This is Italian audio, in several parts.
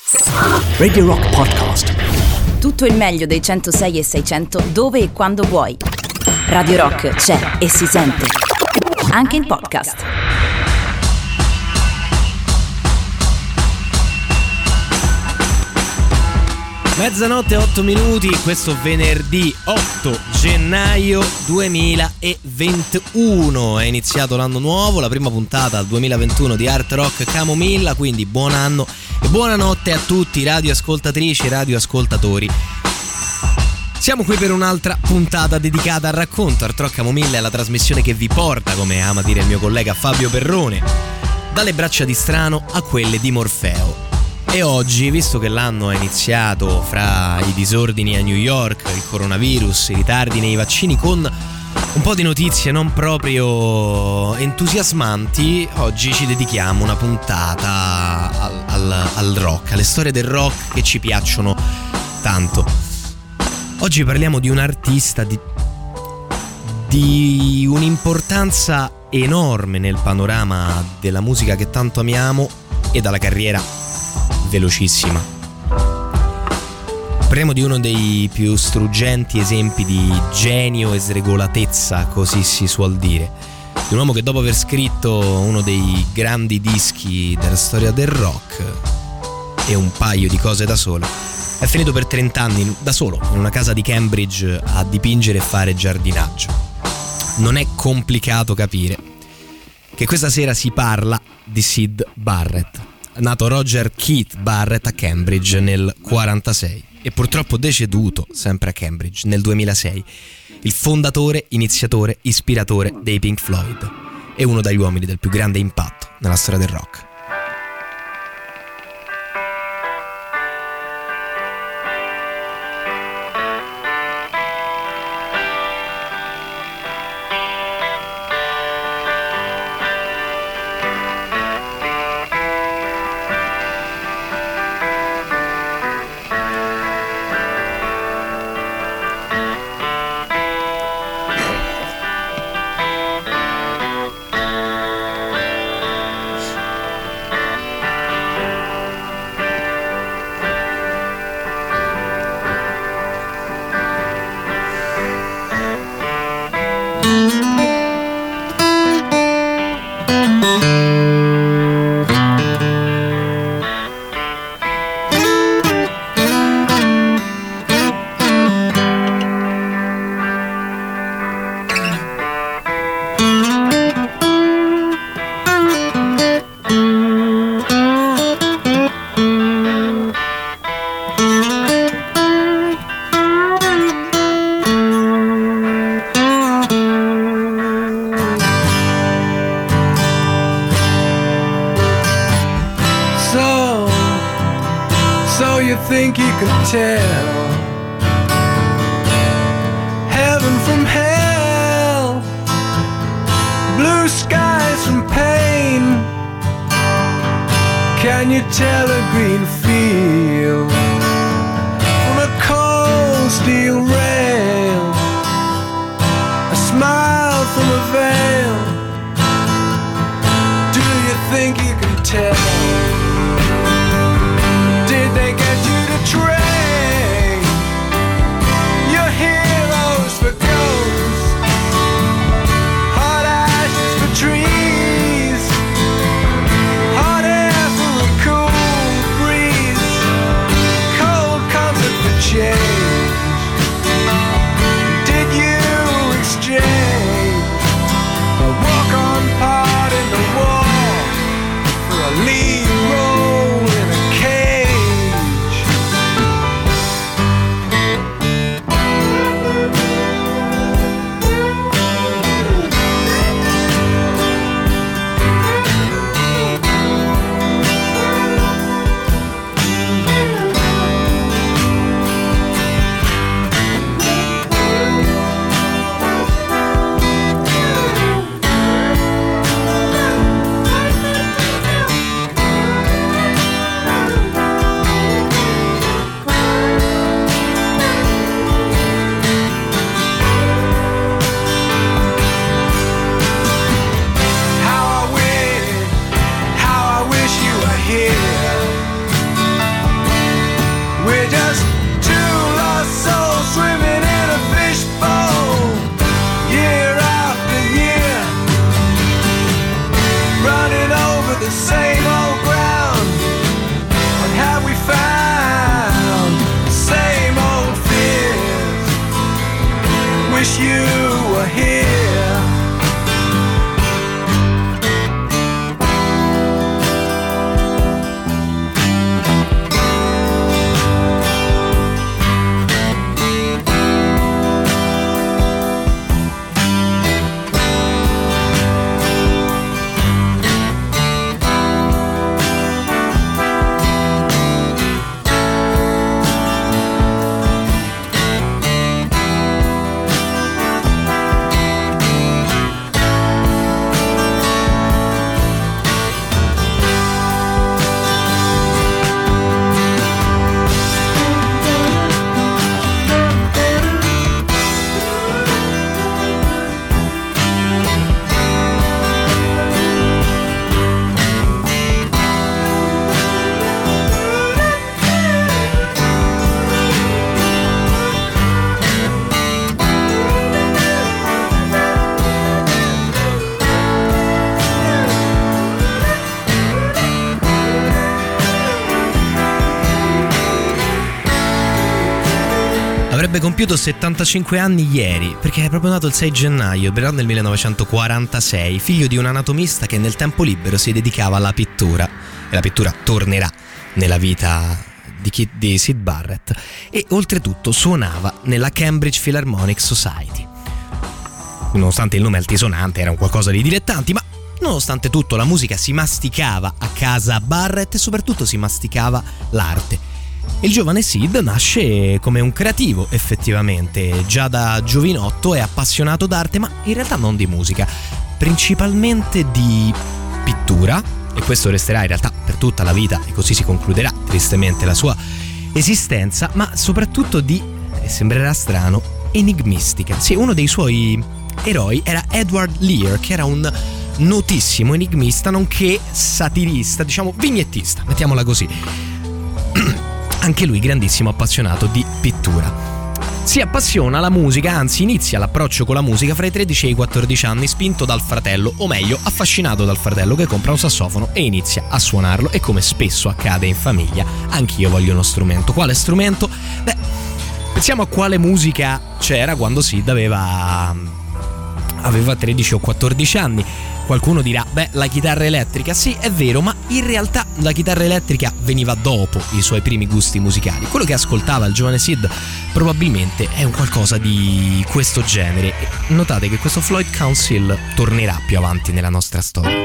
Radio Rock Podcast. Tutto il meglio dei 106 e 600 dove e quando vuoi. Radio Rock c'è e si sente anche in podcast. Mezzanotte 8 minuti, questo venerdì 8 gennaio 2021. È iniziato l'anno nuovo, la prima puntata al 2021 di Art Rock Camomilla, quindi buon anno e buonanotte a tutti, radioascoltatrici e radioascoltatori. Siamo qui per un'altra puntata dedicata al racconto. Art Rock Camomilla è la trasmissione che vi porta, come ama dire il mio collega Fabio Perrone, dalle braccia di Strano a quelle di Morfeo. E oggi, visto che l'anno è iniziato fra i disordini a New York, il coronavirus, i ritardi nei vaccini, con un po' di notizie non proprio entusiasmanti, oggi ci dedichiamo una puntata al rock, alle storie del rock che ci piacciono tanto. Oggi parliamo di un artista di un'importanza enorme nel panorama della musica che tanto amiamo e dalla carriera velocissima. Parliamo di uno dei più struggenti esempi di genio e sregolatezza, così si suol dire, di un uomo che dopo aver scritto uno dei grandi dischi della storia del rock e un paio di cose da solo, è finito per 30 anni da solo in una casa di Cambridge a dipingere e fare giardinaggio. Non è complicato capire che questa sera si parla di Syd Barrett, nato Roger Keith Barrett a Cambridge nel 1946 e purtroppo deceduto sempre a Cambridge nel 2006, il fondatore, iniziatore, ispiratore dei Pink Floyd e uno degli uomini del più grande impatto nella storia del rock. Think you can tell heaven from hell, blue skies from pain. Can you tell a green field from a cold steel rail, a smile from a veil? Do you think you can tell? Train your heroes for ghosts, hot ashes for trees, hot air for a cool breeze. Avrebbe compiuto 75 anni ieri, perché è proprio nato il 6 gennaio, però nel 1946, figlio di un anatomista che nel tempo libero si dedicava alla pittura, e la pittura tornerà nella vita di Syd Barrett, e oltretutto suonava nella Cambridge Philharmonic Society. Nonostante il nome altisonante, era un qualcosa di dilettanti, ma nonostante tutto la musica si masticava a casa Barrett e soprattutto si masticava l'arte. Il giovane Syd nasce come un creativo, effettivamente, già da giovinotto è appassionato d'arte, ma in realtà non di musica, principalmente di pittura, e questo resterà in realtà per tutta la vita e così si concluderà tristemente la sua esistenza, ma soprattutto di, e sembrerà strano, enigmistica. Sì, uno dei suoi eroi era Edward Lear, che era un notissimo enigmista nonché satirista, diciamo vignettista, mettiamola così. Anche lui grandissimo appassionato di pittura. Si appassiona alla musica, anzi inizia l'approccio con la musica fra i 13 e i 14 anni, spinto dal fratello, o meglio affascinato dal fratello, che compra un sassofono e inizia a suonarlo, e come spesso accade in famiglia, anch'io voglio uno strumento. Quale strumento? Beh, pensiamo a quale musica c'era quando Syd aveva 13 o 14 anni. Qualcuno dirà, beh, la chitarra elettrica. Sì, è vero, ma in realtà la chitarra elettrica veniva dopo i suoi primi gusti musicali. Quello che ascoltava il giovane Syd probabilmente è un qualcosa di questo genere. E notate che questo Floyd Council tornerà più avanti nella nostra storia.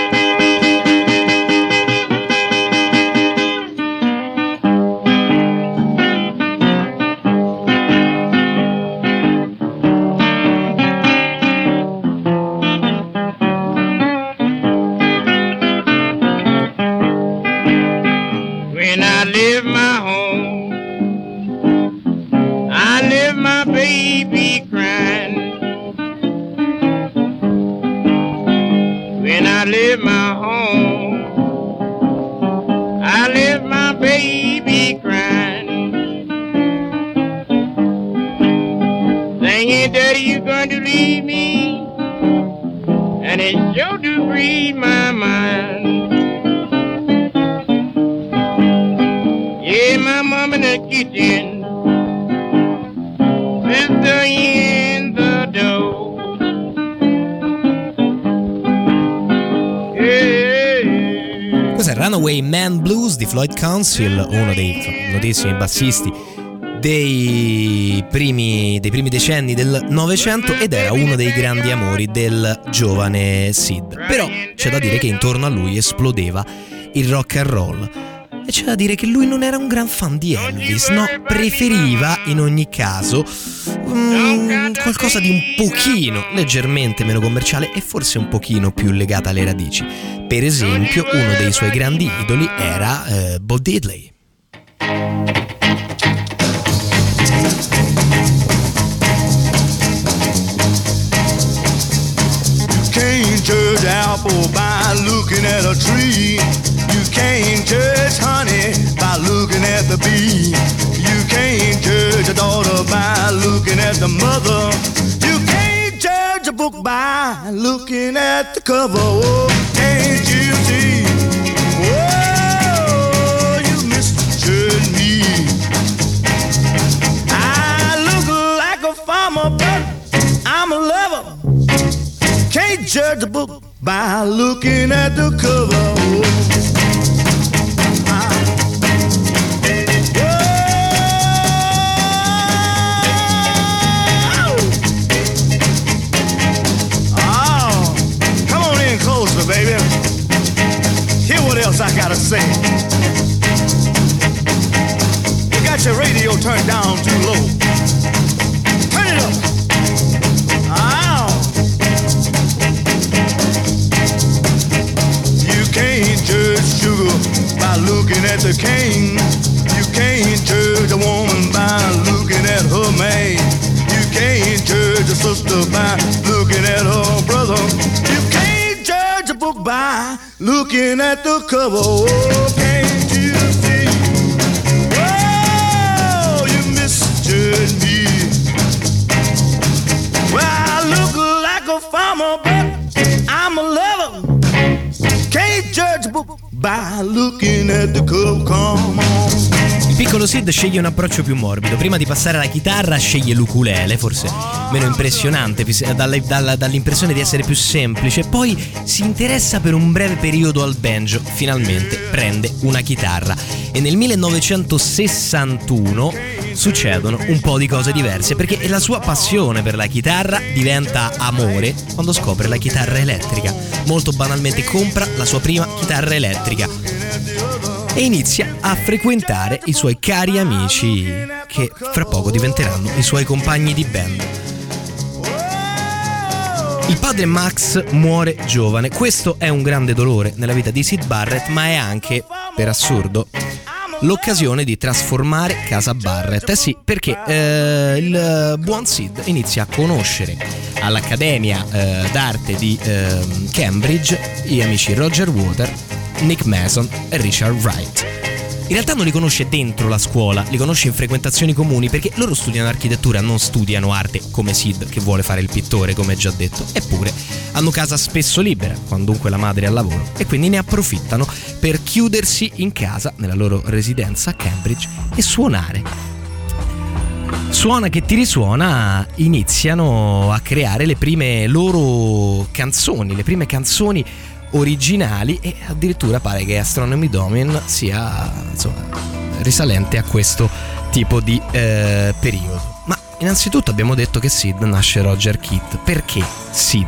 Runaway Man Blues di Floyd Council, uno dei notissimi bassisti dei primi decenni del Novecento, ed era uno dei grandi amori del giovane Syd. Però c'è da dire che intorno a lui esplodeva il rock and roll, e c'è da dire che lui non era un gran fan di Elvis, no, preferiva in ogni caso qualcosa di un pochino leggermente meno commerciale e forse un pochino più legata alle radici. Per esempio, uno dei suoi grandi idoli era Bo Diddley. You can't judge apple by looking at a tree. You can't judge honey by looking at the bee. You can't judge a daughter by looking at the mother. You can't judge a book by looking at the cover. Oh, can't you see? Oh, you misjudge me. I look like a farmer, but I'm a lover. Can't judge a book by looking at the cover. Oh. Baby, hear what else I gotta say. You got your radio turned down too low. Turn it up. Ow. You can't judge sugar by looking at the cane. You can't judge a woman by looking at her man. You can't judge a sister by looking at her brother. You can't judge a book by looking at the cover. Oh, can't you see? Oh, you misjudge me. Well, I look like a farmer, but I'm a lover. Can't judge a book by looking at the cover. Come on. Il piccolo Sid sceglie un approccio più morbido. Prima di passare alla chitarra sceglie l'ukulele, forse meno impressionante, dall'impressione di essere più semplice. Poi si interessa per un breve periodo al banjo. Finalmente prende una chitarra. E nel 1961 succedono un po' di cose diverse, perché la sua passione per la chitarra diventa amore quando scopre la chitarra elettrica. Molto banalmente compra la sua prima chitarra elettrica e inizia a frequentare i suoi cari amici, che fra poco diventeranno i suoi compagni di band. Il padre Max muore giovane. Questo è un grande dolore nella vita di Syd Barrett, ma è anche, per assurdo, l'occasione di trasformare casa Barrett. Sì, perché il buon Sid inizia a conoscere all'Accademia d'Arte di Cambridge gli amici Roger Waters, Nick Mason e Richard Wright. In realtà non li conosce dentro la scuola, li conosce in frequentazioni comuni, perché loro studiano architettura, non studiano arte come Sid, che vuole fare il pittore, come già detto. Eppure hanno casa spesso libera, quandunque la madre è al lavoro, e quindi ne approfittano per chiudersi in casa, nella loro residenza a Cambridge, e suonare. Suona che ti risuona, iniziano a creare le prime loro canzoni, le prime canzoni originali, e addirittura pare che Astronomy Domain sia, insomma, risalente a questo tipo di periodo. Ma innanzitutto abbiamo detto che Sid nasce Roger Keith. Perché Sid?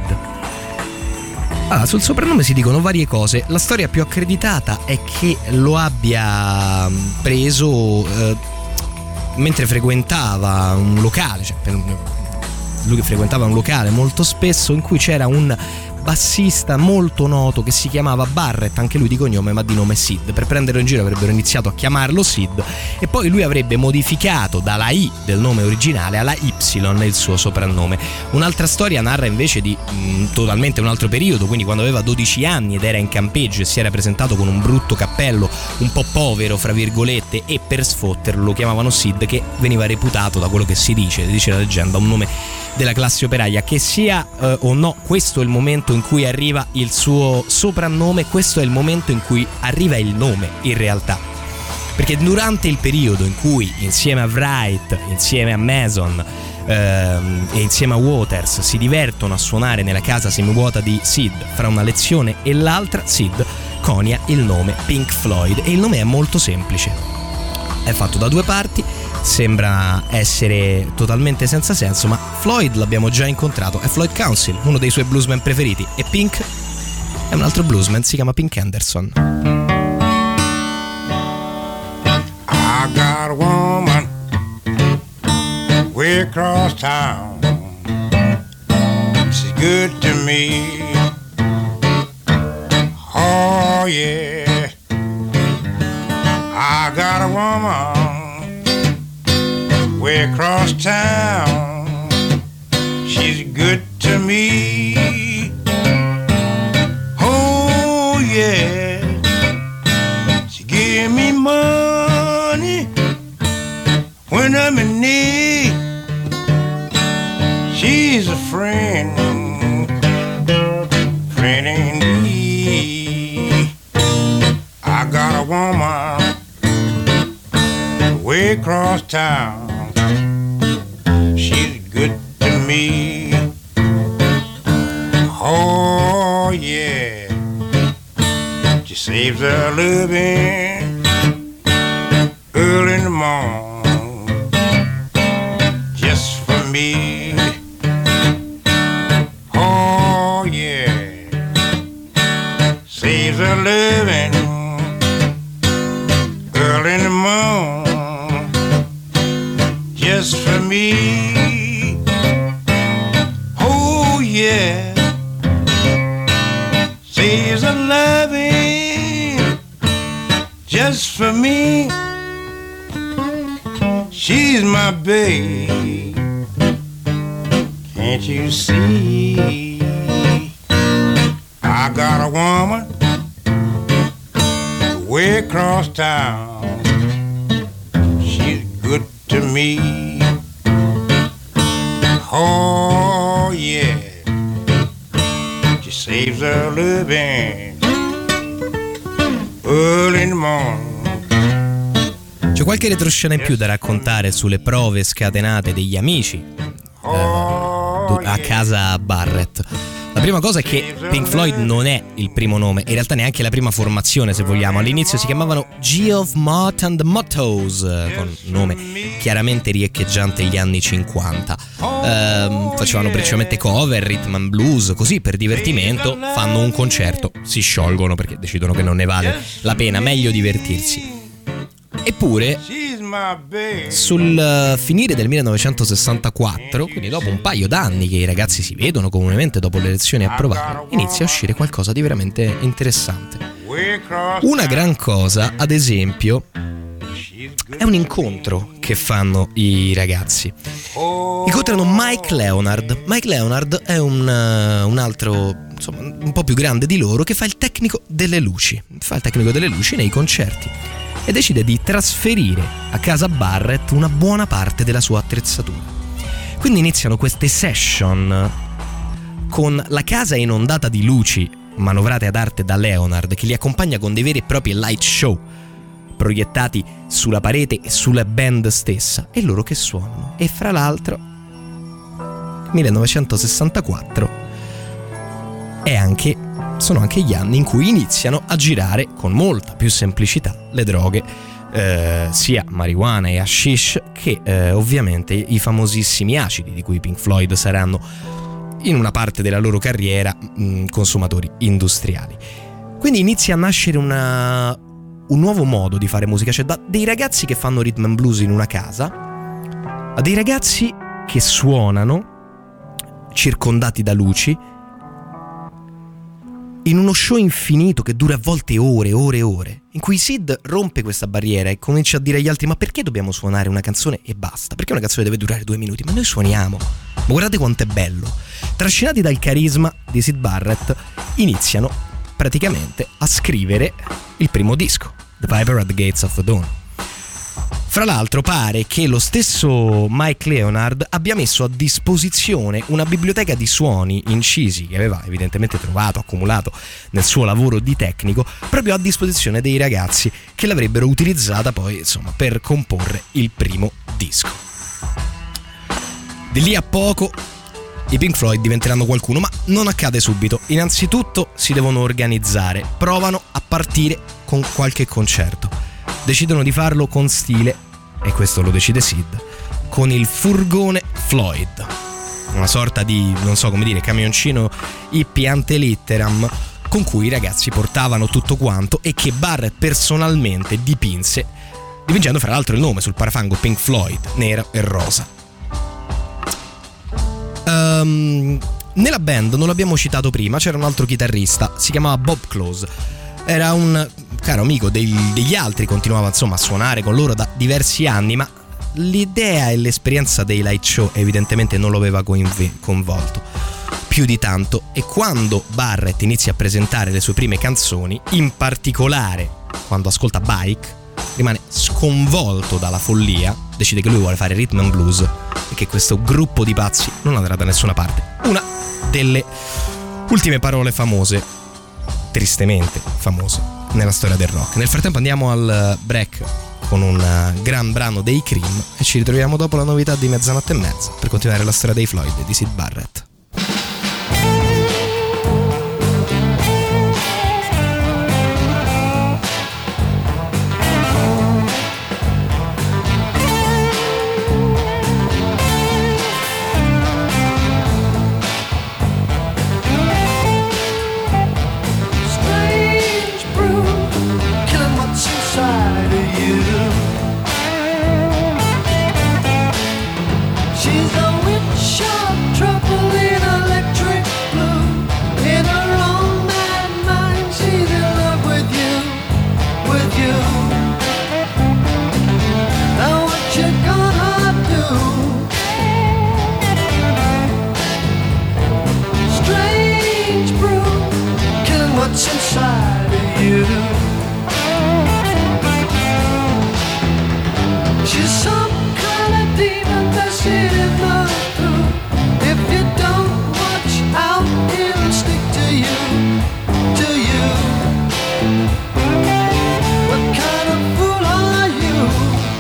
Allora, sul soprannome si dicono varie cose. La storia più accreditata è che lo abbia preso mentre frequentava un locale, cioè lui che frequentava un locale molto spesso, in cui c'era un bassista molto noto che si chiamava Barrett, anche lui di cognome ma di nome Sid. Per prenderlo in giro avrebbero iniziato a chiamarlo Sid, e poi lui avrebbe modificato dalla I del nome originale alla Y il suo soprannome. Un'altra storia narra invece di totalmente un altro periodo, quindi quando aveva 12 anni ed era in campeggio e si era presentato con un brutto cappello, un po' povero fra virgolette, e per sfotterlo lo chiamavano Sid, che veniva reputato, da quello che si dice la leggenda, un nome della classe operaia. Che sia o no questo è il momento in cui arriva il suo soprannome, questo è il momento in cui arriva il nome in realtà, perché durante il periodo in cui insieme a Wright, insieme a Mason e insieme a Waters si divertono a suonare nella casa semivuota di Sid, fra una lezione e l'altra Sid conia il nome Pink Floyd, e il nome è molto semplice, è fatto da due parti, sembra essere totalmente senza senso, ma Floyd l'abbiamo già incontrato, è Floyd Council, uno dei suoi bluesman preferiti, e Pink è un altro bluesman, si chiama Pink Anderson. I got a woman way across town, she's good to me, oh yeah, I got a woman way across town, she's good to me, oh yeah, she give me money when I'm in need, she's a friend indeed. I got a woman way across town, she's good to me, oh yeah, she saves her living early in the morning just for me, oh yeah, saves her living early in the morning just for me, oh yeah, saves her loving just for me, she's my babe, can't you see? I got a woman way across town, she's good to me, oh yeah, she saves her living early in the morning C'è qualche retroscena in più da raccontare sulle prove scatenate degli amici a casa Barrett. La prima cosa è che Pink Floyd non è il primo nome, in realtà neanche la prima formazione, se vogliamo. All'inizio si chiamavano Geoff Mott and the Mottos, con nome chiaramente riecheggiante gli anni 50. Facevano principalmente cover, rhythm and blues, così per divertimento. Fanno un concerto, si sciolgono perché decidono che non ne vale la pena, meglio divertirsi. Eppure, sul finire del 1964, quindi dopo un paio d'anni che i ragazzi si vedono comunemente dopo le lezioni a provare, inizia a uscire qualcosa di veramente interessante. Una gran cosa, ad esempio, è un incontro che fanno i ragazzi. Incontrano Mike Leonard. Mike Leonard è un altro, insomma, un po' più grande di loro, che fa il tecnico delle luci. Fa il tecnico delle luci nei concerti. E decide di trasferire a casa Barrett una buona parte della sua attrezzatura. Quindi iniziano queste session con la casa inondata di luci manovrate ad arte da Leonard, che li accompagna con dei veri e propri light show proiettati sulla parete e sulla band stessa, e loro che suonano. E fra l'altro 1964 sono anche gli anni in cui iniziano a girare con molta più semplicità le droghe, sia marijuana e hashish che ovviamente i famosissimi acidi, di cui i Pink Floyd saranno in una parte della loro carriera consumatori industriali. Quindi inizia a nascere un nuovo modo di fare musica, cioè da dei ragazzi che fanno rhythm and blues in una casa a dei ragazzi che suonano circondati da luci in uno show infinito che dura a volte ore, in cui Sid rompe questa barriera e comincia a dire agli altri: ma perché dobbiamo suonare una canzone e basta? Perché una canzone deve durare 2 minuti? Ma noi suoniamo, ma guardate quanto è bello. Trascinati dal carisma di Sid Barrett, iniziano praticamente a scrivere il primo disco, The Viper at the Gates of the Dawn. Fra l'altro pare che lo stesso Mike Leonard abbia messo a disposizione una biblioteca di suoni incisi che aveva evidentemente trovato, accumulato nel suo lavoro di tecnico, proprio a disposizione dei ragazzi, che l'avrebbero utilizzata poi, insomma, per comporre il primo disco. Di lì a poco i Pink Floyd diventeranno qualcuno, ma non accade subito. Innanzitutto si devono organizzare, provano a partire con qualche concerto, decidono di farlo con stile, e questo lo decide Sid, con il furgone Floyd, una sorta di, non so come dire, camioncino hippie ante litteram, con cui i ragazzi portavano tutto quanto e che Barrett personalmente dipinse, dipingendo fra l'altro il nome sul parafango Pink Floyd, nero e rosa. Nella band, non l'abbiamo citato prima, c'era un altro chitarrista, si chiamava Bob Close. Era un caro amico degli altri, continuava insomma a suonare con loro da diversi anni, ma l'idea e l'esperienza dei light show evidentemente non lo aveva coinvolto più di tanto, e quando Barrett inizia a presentare le sue prime canzoni, in particolare quando ascolta Bike, rimane sconvolto dalla follia, decide che lui vuole fare rhythm and blues e che questo gruppo di pazzi non andrà da nessuna parte. Una delle ultime parole famose, tristemente famose, nella storia del rock. Nel frattempo andiamo al break con un gran brano dei Cream e ci ritroviamo dopo la novità di mezzanotte e mezza per continuare la storia dei Floyd e di Sid Barrett. What kind of fool are you?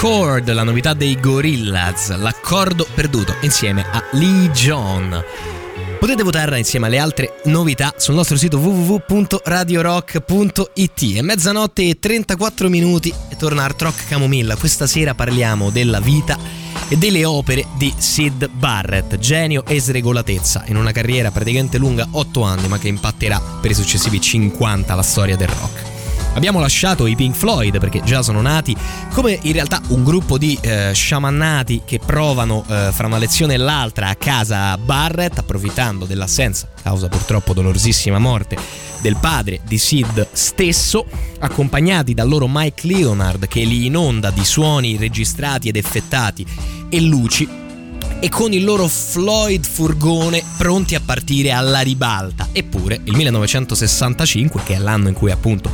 Chord, la novità dei Gorillaz, l'accordo perduto insieme a Lee John. Potete votarla insieme alle altre novità sul nostro sito www.radiorock.it. È mezzanotte e 34 minuti e torna Art Rock Camomilla. Questa sera parliamo della vita e delle opere di Syd Barrett, genio e sregolatezza in una carriera praticamente lunga 8 anni, ma che impatterà per i successivi 50 la storia del rock. Abbiamo lasciato i Pink Floyd perché già sono nati come in realtà un gruppo di sciamannati che provano fra una lezione e l'altra a casa Barrett, approfittando dell'assenza, causa purtroppo dolorosissima morte, del padre di Syd stesso, accompagnati dal loro Mike Leonard che li inonda di suoni registrati ed effettati e luci, e con il loro Floyd furgone pronti a partire alla ribalta. Eppure il 1965, che è l'anno in cui appunto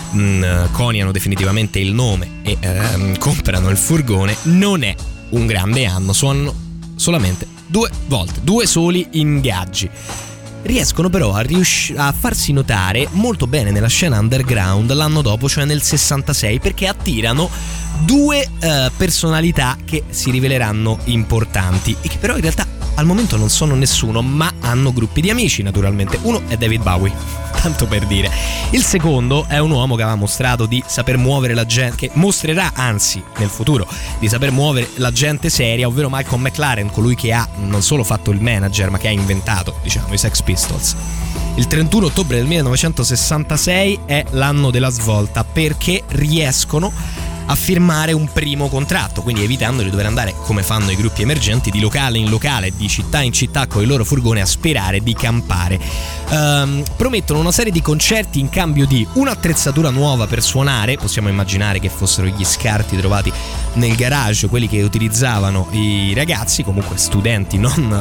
coniano definitivamente il nome e comprano il furgone, non è un grande anno. Suonano solamente 2 volte, 2 soli ingaggi. Riescono però a farsi notare molto bene nella scena underground l'anno dopo, cioè nel 66, perché attirano 2 personalità che si riveleranno importanti e che però in realtà al momento non sono nessuno, ma hanno gruppi di amici naturalmente. Uno è David Bowie, tanto per dire. Il secondo è un uomo che aveva mostrato di saper muovere la gente, che mostrerà anzi nel futuro di saper muovere la gente seria, ovvero Malcolm McLaren, colui che ha non solo fatto il manager ma che ha inventato, diciamo, i Sex Pistols. Il 31 ottobre del 1966 è l'anno della svolta, perché riescono a firmare un primo contratto, quindi evitando di dover andare, come fanno i gruppi emergenti, di locale in locale, di città in città con il loro furgone a sperare di campare. Promettono una serie di concerti in cambio di un'attrezzatura nuova per suonare. Possiamo immaginare che fossero gli scarti trovati nel garage, quelli che utilizzavano i ragazzi, comunque studenti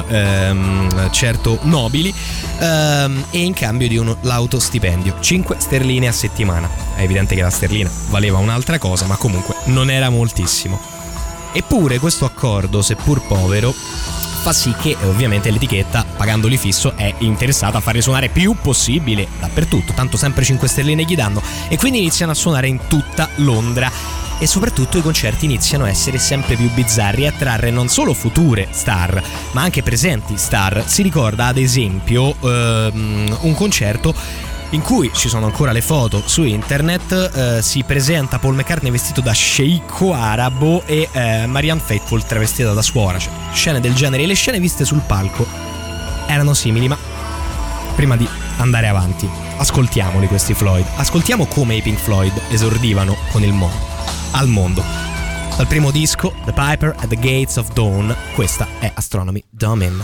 non certo nobili, e in cambio di l'autostipendio, 5 sterline a settimana. È evidente che la sterlina valeva un'altra cosa, ma comunque non era moltissimo. Eppure questo accordo, seppur povero, fa sì che ovviamente l'etichetta, pagandoli fisso, è interessata a farli suonare più possibile dappertutto, tanto sempre 5 sterline gli danno, e quindi iniziano a suonare in tutta Londra. E soprattutto i concerti iniziano a essere sempre più bizzarri e a trarre non solo future star, ma anche presenti star. Si ricorda ad esempio un concerto in cui ci sono ancora le foto su internet, si presenta Paul McCartney vestito da sceicco arabo e Marianne Faithfull travestita da suora, cioè scene del genere. E le scene viste sul palco erano simili, ma prima di andare avanti ascoltiamoli questi Floyd, ascoltiamo come i Pink Floyd esordivano con il al mondo. Dal primo disco, The Piper at the Gates of Dawn, questa è Astronomy Domin.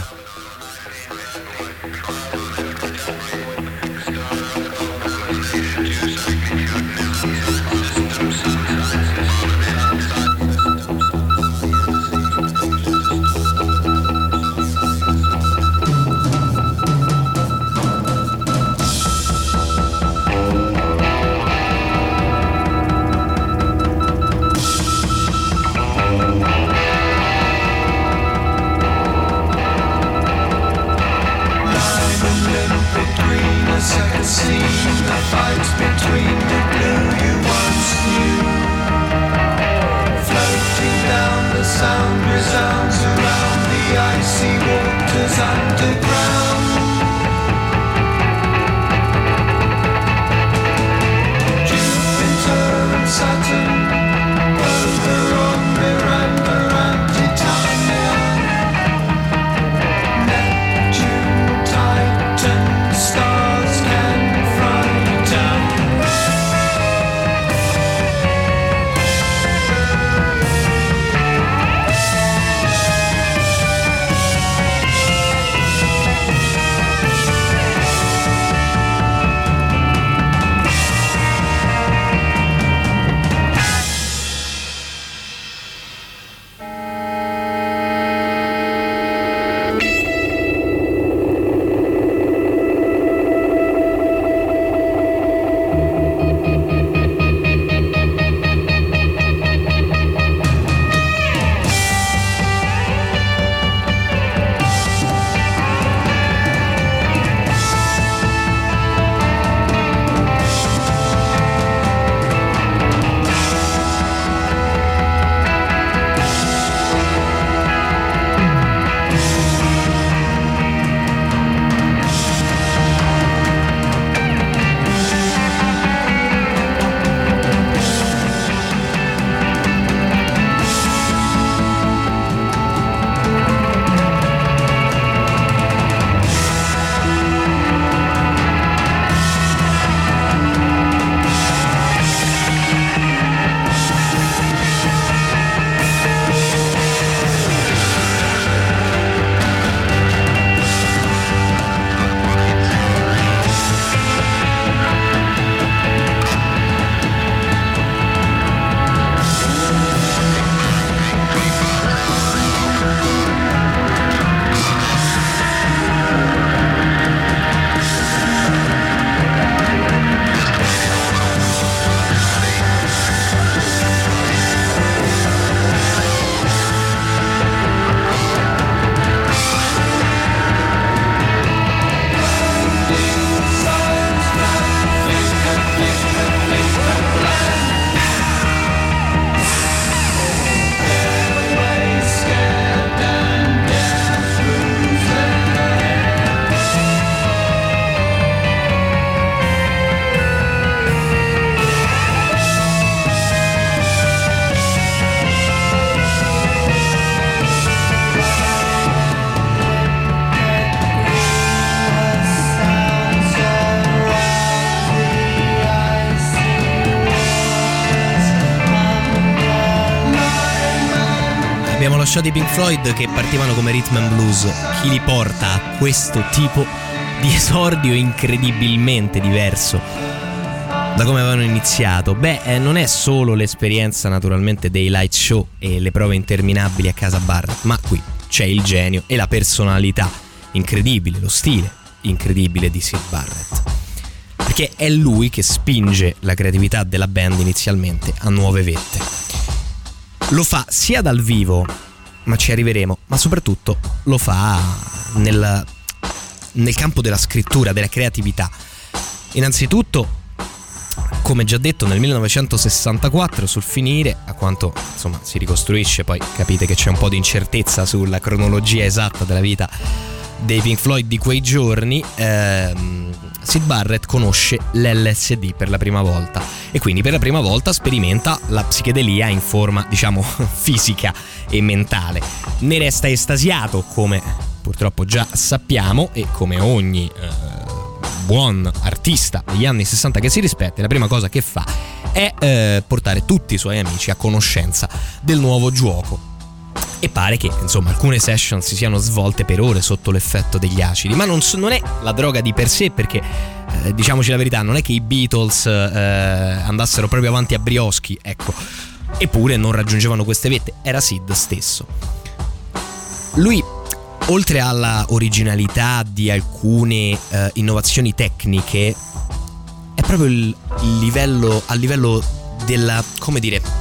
Abbiamo lasciato i Pink Floyd che partivano come rhythm and blues. Chi li porta a questo tipo di esordio incredibilmente diverso da come avevano iniziato? Non è solo l'esperienza naturalmente dei light show e le prove interminabili a casa Barrett, ma qui c'è il genio e la personalità incredibile, lo stile incredibile di Syd Barrett, perché è lui che spinge la creatività della band inizialmente a nuove vette. Lo fa sia dal vivo, ma ci arriveremo, ma soprattutto lo fa nel campo della scrittura, della creatività. Innanzitutto, come già detto, nel 1964 sul finire, a quanto insomma si ricostruisce, poi capite che c'è un po' di incertezza sulla cronologia esatta della vita dei Pink Floyd di quei giorni, Syd Barrett conosce l'LSD per la prima volta e quindi per la prima volta sperimenta la psichedelia in forma, diciamo, fisica e mentale. Ne resta estasiato, come purtroppo già sappiamo, e come ogni buon artista degli anni 60 che si rispetta, la prima cosa che fa è portare tutti i suoi amici a conoscenza del nuovo gioco. E pare che insomma alcune session si siano svolte per ore sotto l'effetto degli acidi, ma non è la droga di per sé, perché diciamoci la verità, non è che i Beatles andassero proprio avanti a brioschi, ecco, eppure non raggiungevano queste vette, era Syd stesso. Lui, oltre alla originalità di alcune innovazioni tecniche, è proprio il livello, a livello della, come dire,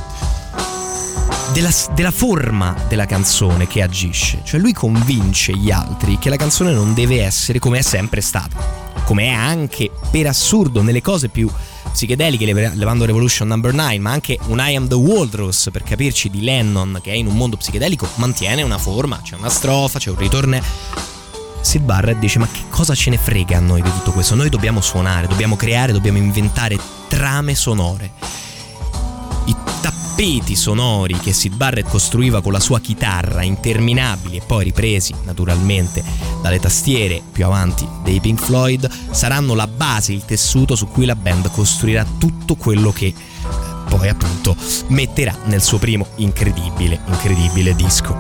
della forma della canzone che agisce. Cioè lui convince gli altri che la canzone non deve essere come è sempre stata, come è anche per assurdo nelle cose più psichedeliche, levando Revolution No. 9, ma anche un I Am The Walrus, per capirci, di Lennon, che è in un mondo psichedelico, mantiene una forma, c'è una strofa, c'è un ritorno. Syd Barrett dice: ma che cosa ce ne frega a noi di tutto questo? Noi dobbiamo suonare, dobbiamo creare, dobbiamo inventare trame sonore. I tappeti sonori che Syd Barrett costruiva con la sua chitarra, interminabili e poi ripresi naturalmente dalle tastiere più avanti dei Pink Floyd, saranno la base, il tessuto su cui la band costruirà tutto quello che poi appunto metterà nel suo primo incredibile disco.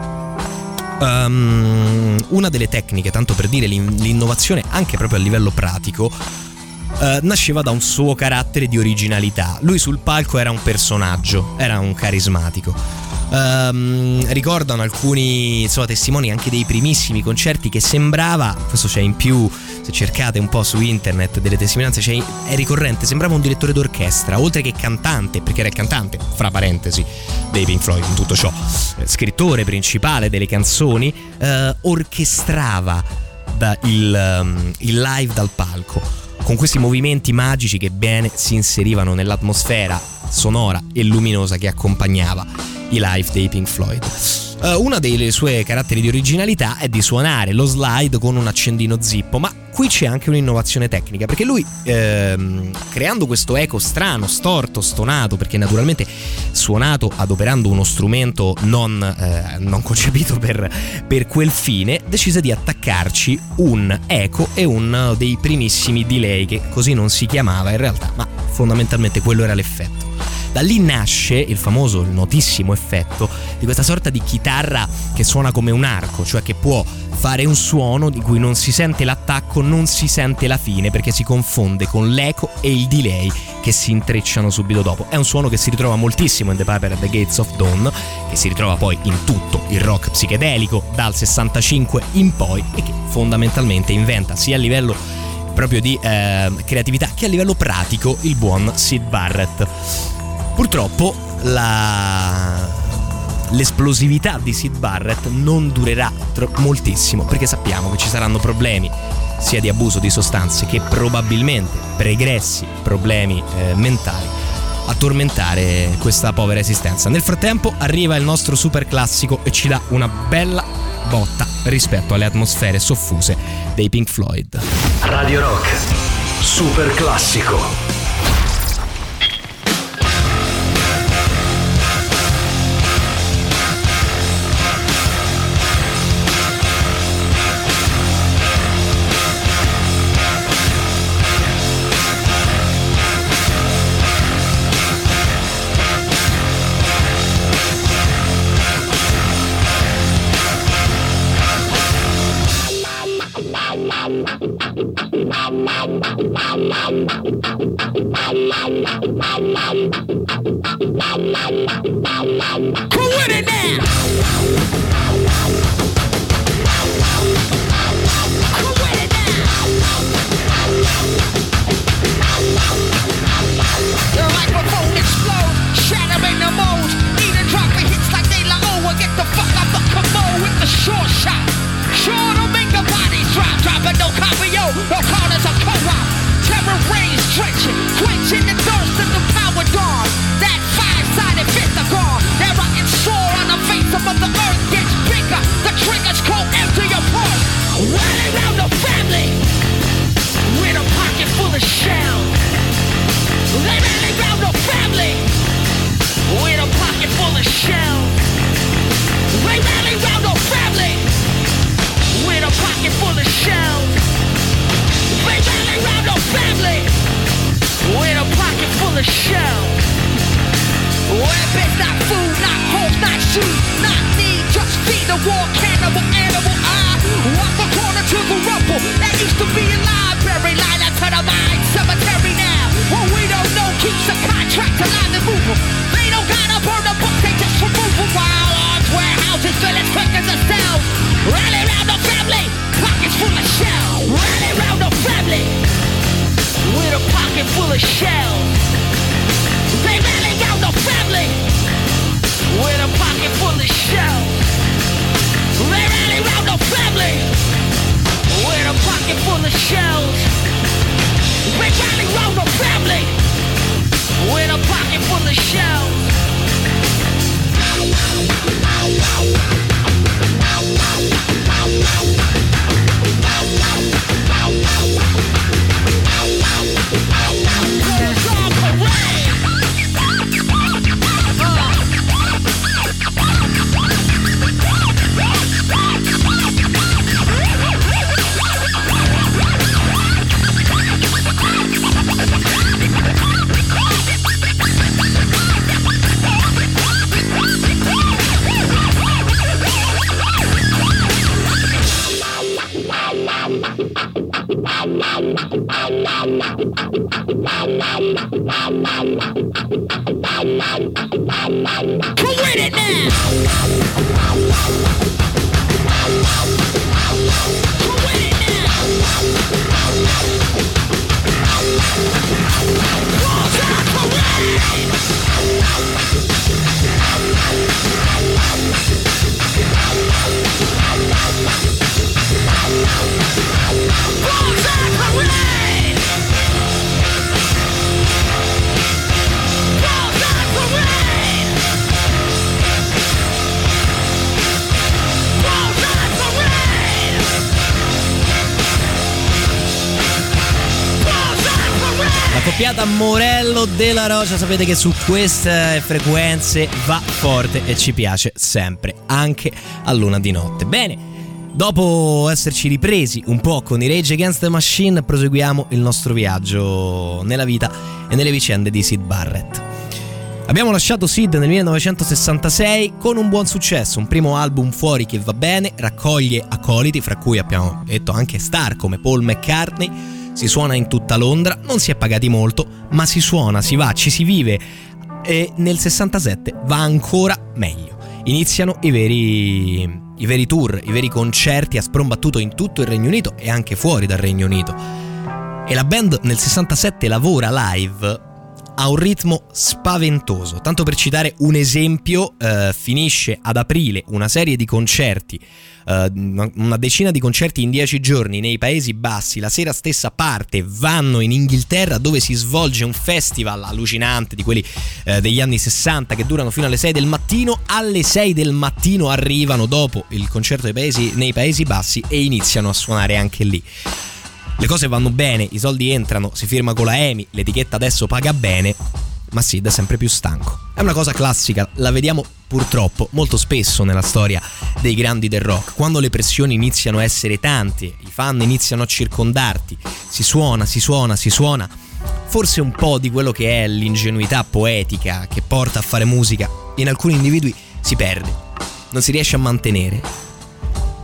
Una delle tecniche, tanto per dire l'innovazione anche proprio a livello pratico, nasceva da un suo carattere di originalità. Lui sul palco era un personaggio, era un carismatico. Ricordano alcuni testimoni anche dei primissimi concerti che sembrava, questo c'è in più, se cercate un po' su internet delle testimonianze è ricorrente, sembrava un direttore d'orchestra oltre che cantante, perché era il cantante, fra parentesi, dei Pink Floyd in tutto ciò, scrittore principale delle canzoni, orchestrava il live dal palco con questi movimenti magici che bene si inserivano nell'atmosfera sonora e luminosa che accompagnava i live dei Pink Floyd. Una delle sue caratteri di originalità è di suonare lo slide con un accendino zippo, ma qui c'è anche un'innovazione tecnica, perché lui creando questo eco strano, storto, stonato, perché naturalmente suonato adoperando uno strumento non concepito per quel fine, decise di attaccarci un eco e un dei primissimi delay, che così non si chiamava in realtà, ma fondamentalmente quello era l'effetto. Da lì nasce il notissimo effetto di questa sorta di chitarra che suona come un arco, cioè che può fare un suono di cui non si sente l'attacco, non si sente la fine, perché si confonde con l'eco e il delay che si intrecciano subito dopo. È un suono che si ritrova moltissimo in The Piper at the Gates of Dawn, che si ritrova poi in tutto il rock psichedelico dal 65 in poi, e che fondamentalmente inventa sia a livello proprio di creatività che a livello pratico il buon Syd Barrett. Purtroppo l'esplosività di Syd Barrett non durerà moltissimo, perché sappiamo che ci saranno problemi sia di abuso di sostanze che probabilmente pregressi problemi mentali a tormentare questa povera esistenza. Nel frattempo arriva il nostro super classico e ci dà una bella botta rispetto alle atmosfere soffuse dei Pink Floyd. Radio Rock, super classico. Who with it now? Who with it now? The microphone explodes, shattering the molds. Eating dropping hits like they la oh, get the fuck out the commode with the short shot. Sure to make the bodies drop, dropping no copio, no corners of co-op. Terror rains drenching, quenching the thirst of the power dawn. That five-sided fist of gone. That rotten sore on the face of Mother Earth gets bigger. The triggers go empty your pulse. Rally round the family with a pocket full of shells. They rally round the family with a pocket full of shells. They rally round the family with a pocket full of shells. They rally round the family with a pocket full of shells. Weapons, not food, not homes, not shoes, not need, just feed the war cannibal animal. I walk the corner to the rumble that used to be a library, line up to the mine cemetery now. What we don't know keeps a contract alive and moving. They don't gotta burn the book, they just remove them. While arms, warehouses, fill as quick as a cell. Rally round the family, pockets full of shells. Rally round the family with a pocket full of shells. They rally round the family with a pocket full of shells. They rally round the family with a pocket full of shells. They rally round the family with a pocket full of shells. Who with it now? Who with it now? Walls on parade. Walls on parade. Walls on parade. Walls on parade. Walls on parade. La coppiata Morello della Rocha, sapete che su queste frequenze va forte e ci piace sempre, anche a luna di notte. Bene, dopo esserci ripresi un po' con i Rage Against the Machine, proseguiamo il nostro viaggio nella vita e nelle vicende di Syd Barrett. Abbiamo lasciato Syd nel 1966 con un buon successo, un primo album fuori che va bene, raccoglie accoliti, fra cui abbiamo detto anche star come Paul McCartney. Si suona in tutta Londra, non si è pagati molto, ma si suona, si va, ci si vive, e nel 67 va ancora meglio. Iniziano i veri tour, i veri concerti a sprombattuto in tutto il Regno Unito e anche fuori dal Regno Unito. E la band nel 67 lavora live a un ritmo spaventoso. Tanto per citare un esempio, finisce ad aprile una serie di concerti, una decina di concerti in 10 giorni nei Paesi Bassi. La sera stessa vanno in Inghilterra, dove si svolge un festival allucinante di quelli degli anni 60 che durano fino alle 6 del mattino. Alle 6 del mattino arrivano dopo il concerto nei Paesi Bassi e iniziano a suonare anche lì. Le cose vanno bene, i soldi entrano, si firma con la EMI, l'etichetta adesso paga bene, ma Syd è sempre più stanco. È una cosa classica, la vediamo purtroppo molto spesso nella storia dei grandi del rock. Quando le pressioni iniziano a essere tante, i fan iniziano a circondarti, si suona, forse un po' di quello che è l'ingenuità poetica che porta a fare musica in alcuni individui si perde, non si riesce a mantenere.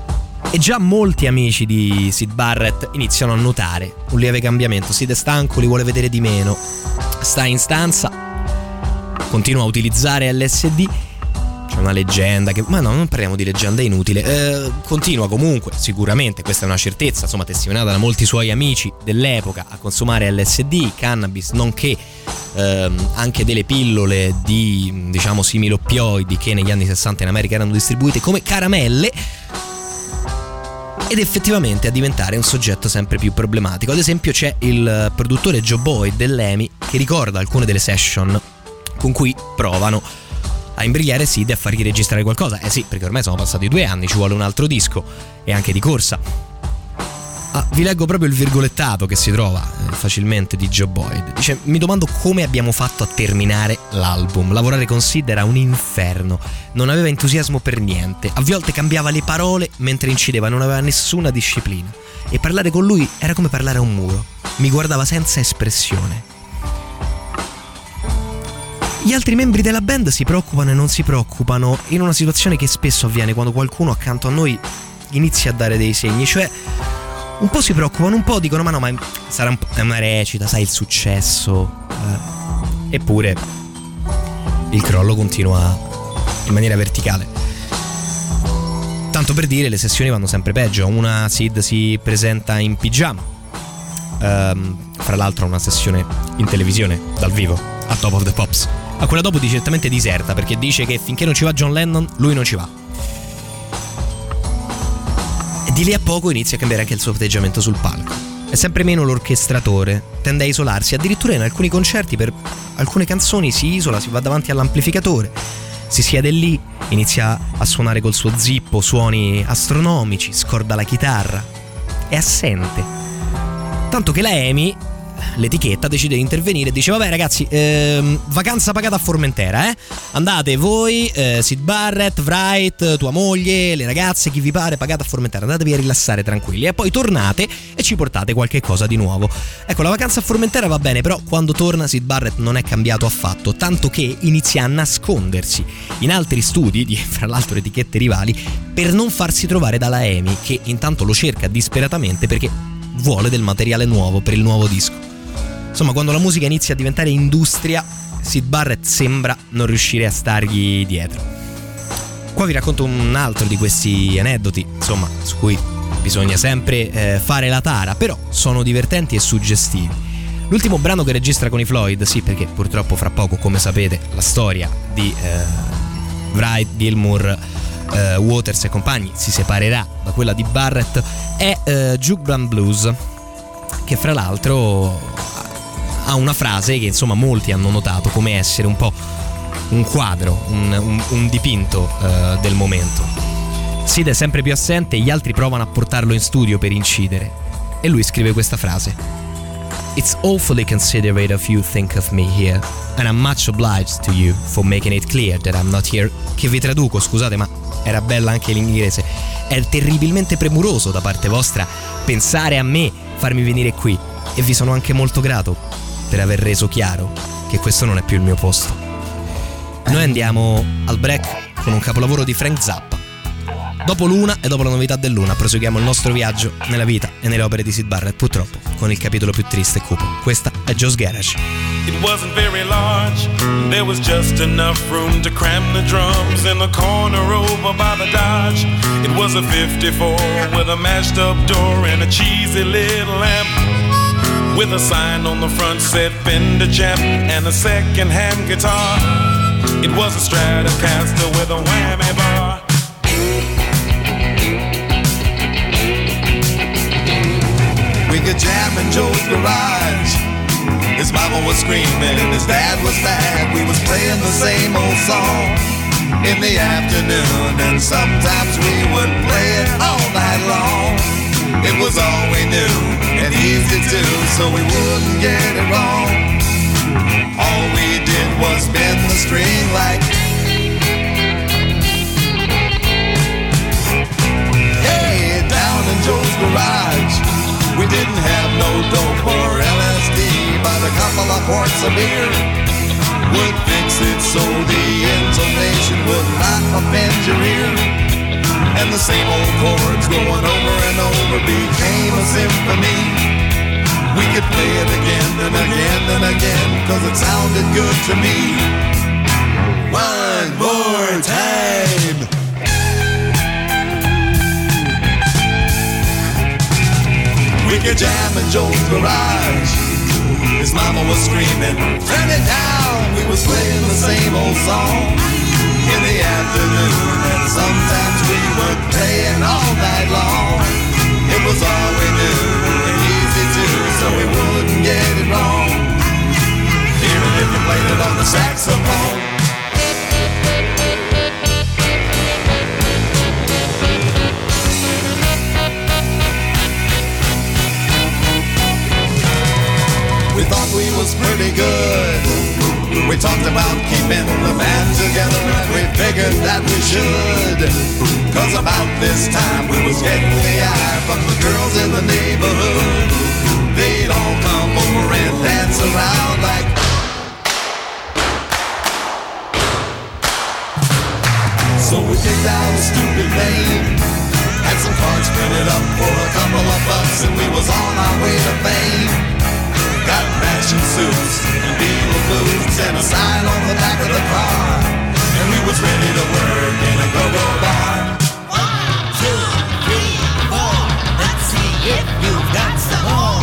E già molti amici di Syd Barrett iniziano a notare un lieve cambiamento. Syd è stanco, li vuole vedere di meno, sta in stanza, continua a utilizzare LSD. C'è una leggenda che... ma no, non parliamo di leggenda, è inutile. Continua comunque, sicuramente, questa è una certezza, insomma, testimoniata da molti suoi amici dell'epoca, a consumare LSD, cannabis, nonché anche delle pillole di, diciamo, simil-oppioidi che negli anni 60 in America erano distribuite come caramelle, ed effettivamente a diventare un soggetto sempre più problematico. Ad esempio c'è il produttore Joe Boyd dell'EMI che ricorda alcune delle session con cui provano a imbrigliare Syd e a fargli registrare qualcosa. Sì, perché ormai sono passati 2 anni, ci vuole un altro disco, e anche di corsa. Vi leggo proprio il virgolettato che si trova facilmente di Joe Boyd. Dice: mi domando come abbiamo fatto a terminare l'album. Lavorare con Syd era un inferno, non aveva entusiasmo per niente, a volte cambiava le parole mentre incideva, non aveva nessuna disciplina, e parlare con lui era come parlare a un muro, mi guardava senza espressione. Gli altri membri della band si preoccupano e non si preoccupano, in una situazione che spesso avviene quando qualcuno accanto a noi inizia a dare dei segni, cioè un po' si preoccupano, un po' dicono: ma no, ma sarà è una recita, sai, il successo. Eppure il crollo continua in maniera verticale. Tanto per dire, le sessioni vanno sempre peggio. Una Syd si presenta in pigiama, fra l'altro una sessione in televisione dal vivo a Top of the Pops. A quella dopo direttamente diserta, perché dice che finché non ci va John Lennon lui non ci va. E di lì a poco inizia a cambiare anche il suo atteggiamento sul palco. È sempre meno l'orchestratore, tende a isolarsi, addirittura in alcuni concerti per alcune canzoni si isola, si va davanti all'amplificatore, si siede lì, inizia a suonare col suo zippo suoni astronomici, scorda la chitarra, è assente. Tanto che la EMI, l'etichetta, decide di intervenire e dice: vabbè ragazzi, vacanza pagata a Formentera, andate voi, Syd Barrett, Wright, tua moglie, le ragazze, chi vi pare, pagata a Formentera, andatevi a rilassare tranquilli e poi tornate e ci portate qualche cosa di nuovo. Ecco, la vacanza a Formentera va bene, però quando torna Syd Barrett non è cambiato affatto, tanto che inizia a nascondersi in altri studi di, fra l'altro, etichette rivali, per non farsi trovare dalla EMI, che intanto lo cerca disperatamente perché vuole del materiale nuovo per il nuovo disco. Insomma, quando la musica inizia a diventare industria, Syd Barrett sembra non riuscire a stargli dietro. Qua vi racconto un altro di questi aneddoti, insomma, su cui bisogna sempre fare la tara, però sono divertenti e suggestivi. L'ultimo brano che registra con i Floyd, sì, perché purtroppo fra poco, come sapete, la storia di Wright, Gilmour, Waters e compagni si separerà da quella di Barrett, è Juke Band Blues, che fra l'altro ha una frase che insomma molti hanno notato come essere un po' un quadro, un dipinto del momento. Syd è sempre più assente e gli altri provano a portarlo in studio per incidere, e lui scrive questa frase: It's awfully considerate of you think of me here, and I'm much obliged to you for making it clear that I'm not here. Che vi traduco, scusate, ma era bella anche l'inglese. È terribilmente premuroso da parte vostra pensare a me, farmi venire qui, e vi sono anche molto grato per aver reso chiaro che questo non è più il mio posto. Noi andiamo al break con un capolavoro di Frank Zappa. Dopo l'una e dopo la novità dell'una proseguiamo il nostro viaggio nella vita e nelle opere di Syd Barrett, purtroppo con il capitolo più triste e cupo. Questa è Joe's Garage. It wasn't very large, there was just enough room to cram the drums in the corner over by the Dodge. It was a 54 with a mashed up door and a cheesy little lamp, with a sign on the front said Fender Champ and a second-hand guitar. It was a Stratocaster with a whammy bar. We could jam in Joe's garage. His mama was screaming and his dad was mad. We was playing the same old song in the afternoon, and sometimes we would play it all night long. It was all we knew and easy to, so we wouldn't get it wrong. All we did was bend the string like, hey, down in Joe's garage. We didn't have no dope or LSD, but a couple of quarts of beer would fix it so the intonation would not offend your ear. and the same old chords going over and over became a symphony. We could play it again and again and again, 'cause it sounded good to me. One more time. We could jam in Joe's garage. His mama was screaming, turn it down. We was playing the same old song in the afternoon, and sometimes we would play it all night long. It was all we knew, and easy too, so we wouldn't get it wrong. Even if you played it on the saxophone. We thought we was pretty good. We talked about keeping the band together, and we figured that we should. 'Cause about this time we was getting the eye from the girls in the neighborhood. They'd all come over and dance around like. So we picked out a stupid name, had some cards printed up for a couple of bucks, and we was on our way to fame. Got matching suits and Beatle boots and a sign on the back of the car, and we was ready to work in a go-go bar. 1, 2, 3, 4. Let's see if you've got some more.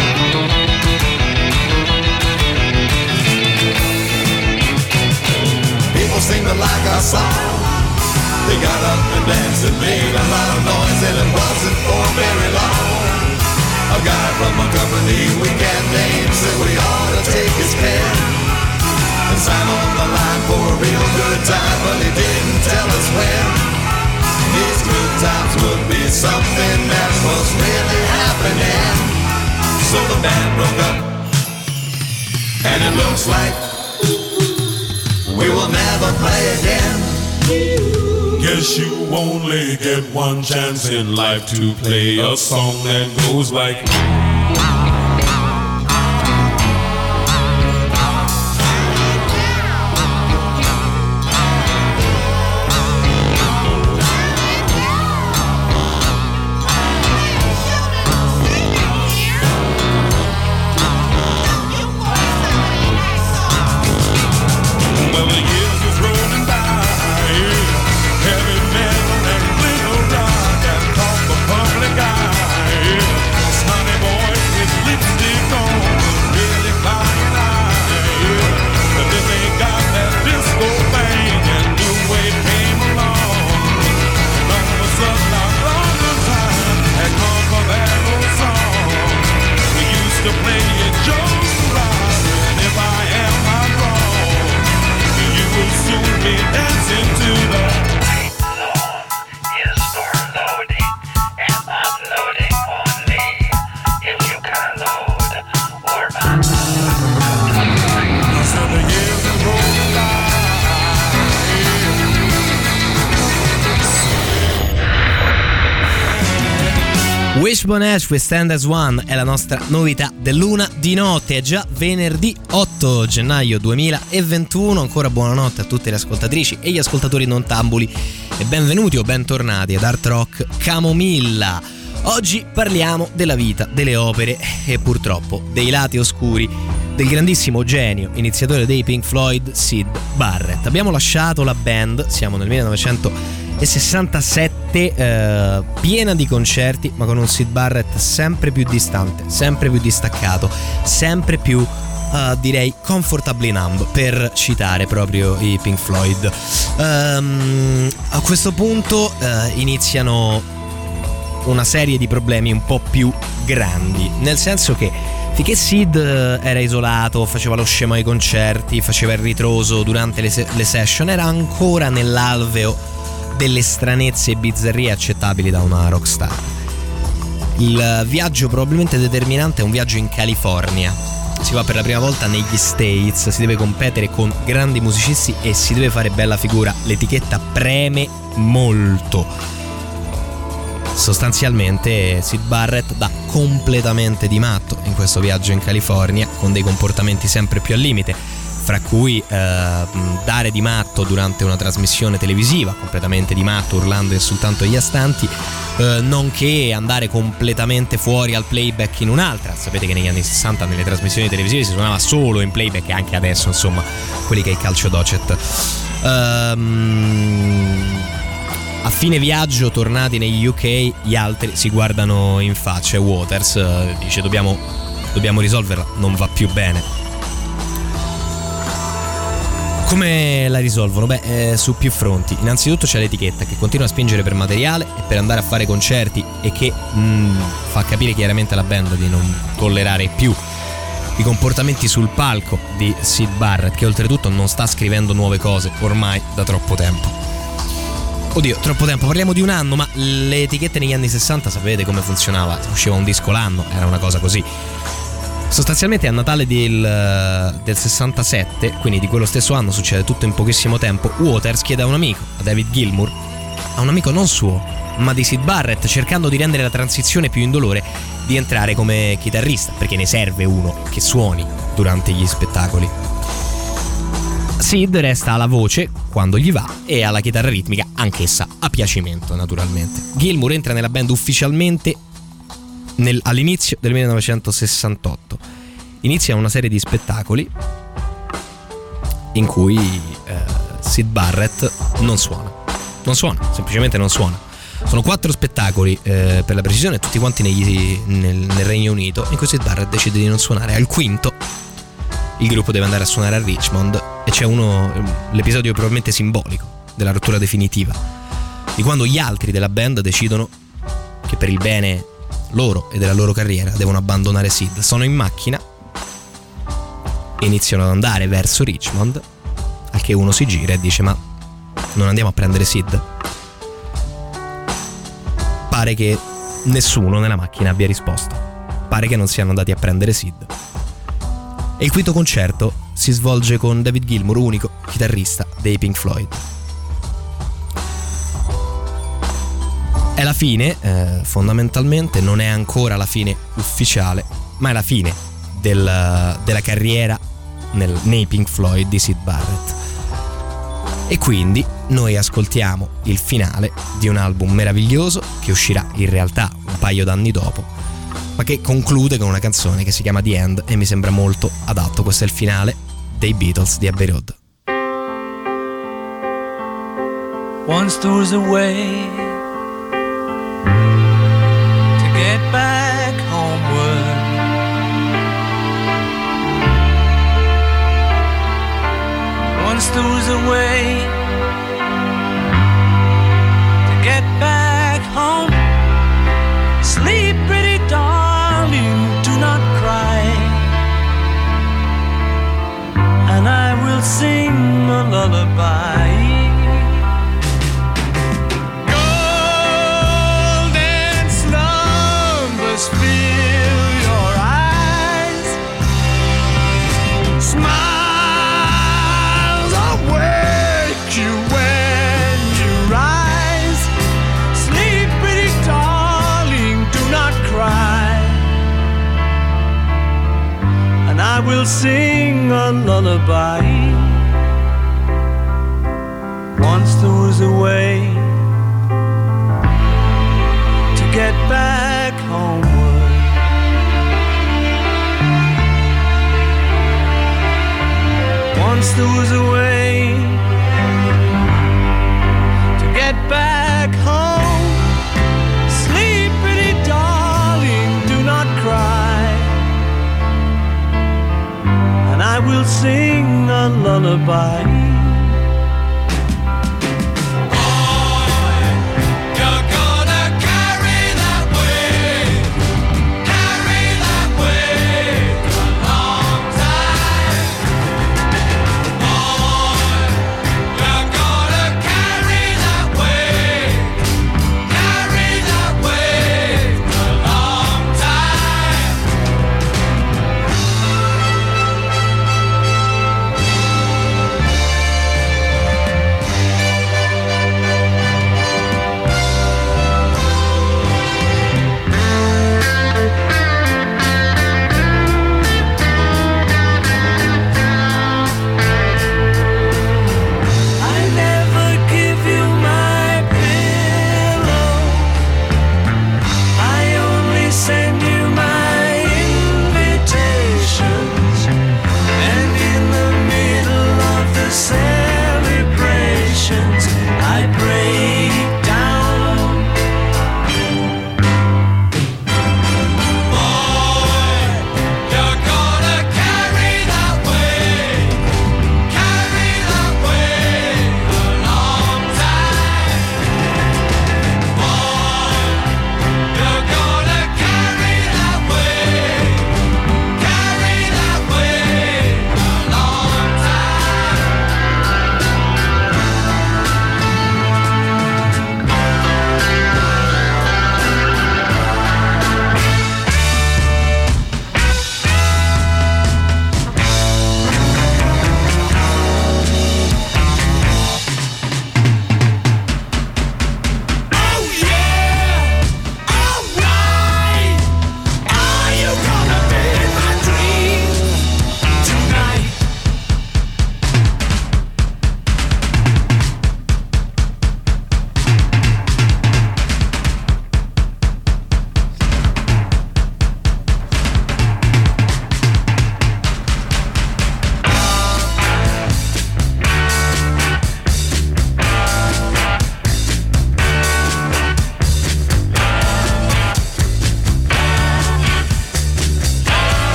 People seem to like our song. They got up and danced and made a lot of noise, and it wasn't for very long. A guy from a company we can't name said we ought to take his pen and sign on the line for a real good time, but he didn't tell us when. These good times would be something that was really happening. So the band broke up, and it looks like we will never play again. Guess you only get one chance in life to play a song that goes like. Wishbone Ash with Stand As One è la nostra novità dell'una di notte. È già venerdì 8 gennaio 2021. Ancora buonanotte a tutte le ascoltatrici e gli ascoltatori non tambuli e benvenuti o bentornati ad Art Rock Camomilla. Oggi parliamo della vita, delle opere e purtroppo dei lati oscuri del grandissimo genio, iniziatore dei Pink Floyd, Syd Barrett. Abbiamo lasciato la band, siamo nel 1967, piena di concerti, ma con un Syd Barrett sempre più distante, sempre più distaccato, sempre più direi comfortably numb, per citare proprio i Pink Floyd. A questo punto iniziano una serie di problemi un po' più grandi, nel senso che finché Syd era isolato, faceva lo scemo ai concerti, faceva il ritroso durante le session, era ancora nell'alveo delle stranezze e bizzarrie accettabili da una rockstar. Il viaggio probabilmente determinante è un viaggio in California. Si va per la prima volta negli States, si deve competere con grandi musicisti e si deve fare bella figura. L'etichetta preme molto. Sostanzialmente Syd Barrett dà completamente di matto in questo viaggio in California, con dei comportamenti sempre più al limite, fra cui dare di matto durante una trasmissione televisiva, completamente di matto, urlando e insultando gli astanti, nonché andare completamente fuori al playback in un'altra. Sapete che negli anni 60 nelle trasmissioni televisive si suonava solo in playback, e anche adesso, insomma, quelli che è il calcio docet. A fine viaggio, tornati negli UK, gli altri si guardano in faccia e Waters dice dobbiamo risolverla, non va più bene. Come la risolvono? Su più fronti. Innanzitutto c'è l'etichetta che continua a spingere per materiale e per andare a fare concerti, e che fa capire chiaramente alla band di non tollerare più i comportamenti sul palco di Syd Barrett, che oltretutto non sta scrivendo nuove cose ormai da troppo tempo. Oddio, troppo tempo, parliamo di un anno, ma le etichette negli anni 60 sapete come funzionava? Usciva un disco l'anno, era una cosa così. Sostanzialmente a Natale del 67, quindi di quello stesso anno, succede tutto in pochissimo tempo. Waters chiede a un amico, a David Gilmour, a un amico non suo, ma di Syd Barrett, cercando di rendere la transizione più indolore, di entrare come chitarrista, perché ne serve uno che suoni durante gli spettacoli. Sid resta alla voce quando gli va e alla chitarra ritmica, anch'essa a piacimento naturalmente. Gilmour entra nella band ufficialmente all'inizio del 1968. Inizia una serie di spettacoli in cui Syd Barrett non suona, semplicemente non suona. Sono 4 spettacoli per la precisione, tutti quanti nel Regno Unito, in cui Syd Barrett decide di non suonare. Al quinto il gruppo deve andare a suonare a Richmond e c'è l'episodio probabilmente simbolico della rottura definitiva, di quando gli altri della band decidono che per il bene loro e della loro carriera devono abbandonare Syd. Sono in macchina e iniziano ad andare verso Richmond, al che uno si gira e dice: ma non andiamo a prendere Syd? Pare che nessuno nella macchina abbia risposto, pare che non siano andati a prendere Syd. E il quinto concerto si svolge con David Gilmour, unico chitarrista dei Pink Floyd. È la fine, fondamentalmente non è ancora la fine ufficiale, ma è la fine della carriera nei Pink Floyd di Syd Barrett. E quindi noi ascoltiamo il finale di un album meraviglioso che uscirà in realtà un paio d'anni dopo, ma che conclude con una canzone che si chiama The End e mi sembra molto adatto. Questo è il finale dei Beatles di Abbey Road. Once there was a way to get back homeward. Once there was a way to get back home. Sleep, pretty darling, do not cry, and I will sing a lullaby. Golden slumbers fill your eyes, smiles awake you when you rise. Sleep, pretty darling, do not cry, and I will sing a lullaby. Once there was a way to get back homeward. Once there was a way to get back home. Sleep, pretty darling, do not cry, and I will sing a lullaby.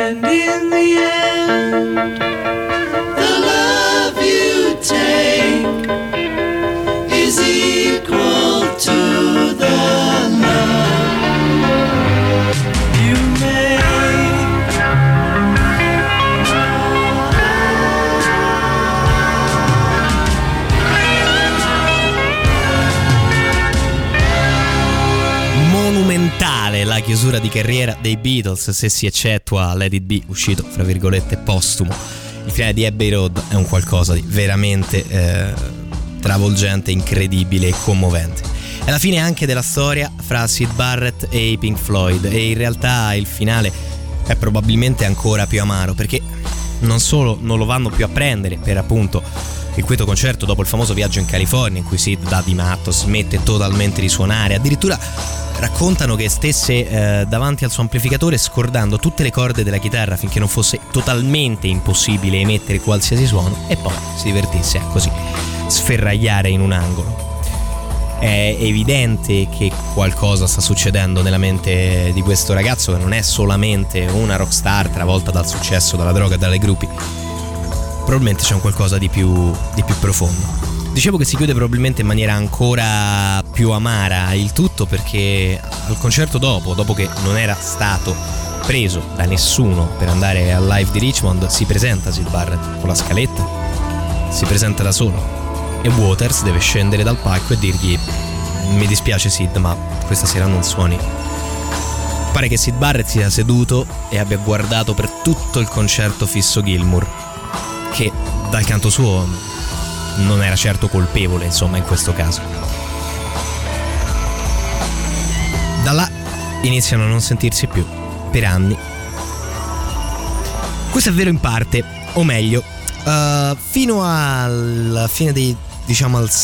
And in the end, the love you take is equal to the love you make. Monumentale la chiusura di carriera dei Beatles, se si eccettua Let It Be, uscito fra virgolette postumo. Il finale di Abbey Road è un qualcosa di veramente travolgente, incredibile e commovente. È la fine anche della storia fra Syd Barrett e i Pink Floyd, e in realtà il finale è probabilmente ancora più amaro, perché non solo non lo vanno più a prendere per appunto il quinto concerto dopo il famoso viaggio in California in cui Syd da di matto smette totalmente di suonare, addirittura raccontano che stesse davanti al suo amplificatore scordando tutte le corde della chitarra finché non fosse totalmente impossibile emettere qualsiasi suono, e poi si divertisse a così sferragliare in un angolo. È evidente che qualcosa sta succedendo nella mente di questo ragazzo, che non è solamente una rockstar travolta dal successo, dalla droga e dalle gruppi. Probabilmente c'è un qualcosa di più profondo. Dicevo che si chiude probabilmente in maniera ancora più amara il tutto, perché al concerto dopo che non era stato preso da nessuno per andare al live di Richmond, si presenta Syd Barrett con la scaletta, si presenta da solo, e Waters deve scendere dal palco e dirgli: mi dispiace Syd, ma questa sera non suoni. Pare che Syd Barrett sia seduto e abbia guardato per tutto il concerto fisso Gilmour, che dal canto suo non era certo colpevole, insomma, in questo caso. Da là iniziano a non sentirsi più per anni. Questo è vero in parte, o meglio, fino alla fine dei, diciamo al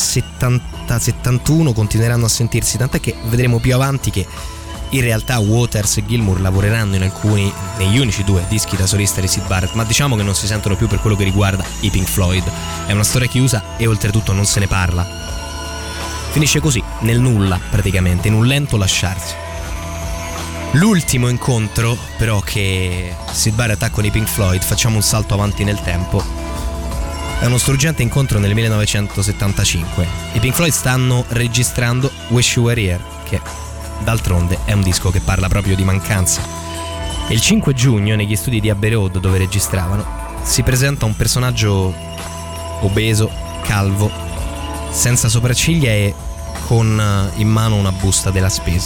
70-71 continueranno a sentirsi, tant'è che vedremo più avanti che in realtà Waters e Gilmour lavoreranno negli unici 2 dischi da solista di Syd Barrett, ma diciamo che non si sentono più per quello che riguarda i Pink Floyd. È una storia chiusa e oltretutto non se ne parla. Finisce così, nel nulla praticamente, in un lento lasciarsi. L'ultimo incontro però che Syd Barrett ha con i Pink Floyd, facciamo un salto avanti nel tempo, è uno struggente incontro nel 1975. I Pink Floyd stanno registrando Wish You Were Here, che d'altronde è un disco che parla proprio di mancanza. E il 5 giugno negli studi di Abbey Road, dove registravano, si presenta un personaggio obeso, calvo, senza sopracciglia e con in mano una busta della spesa.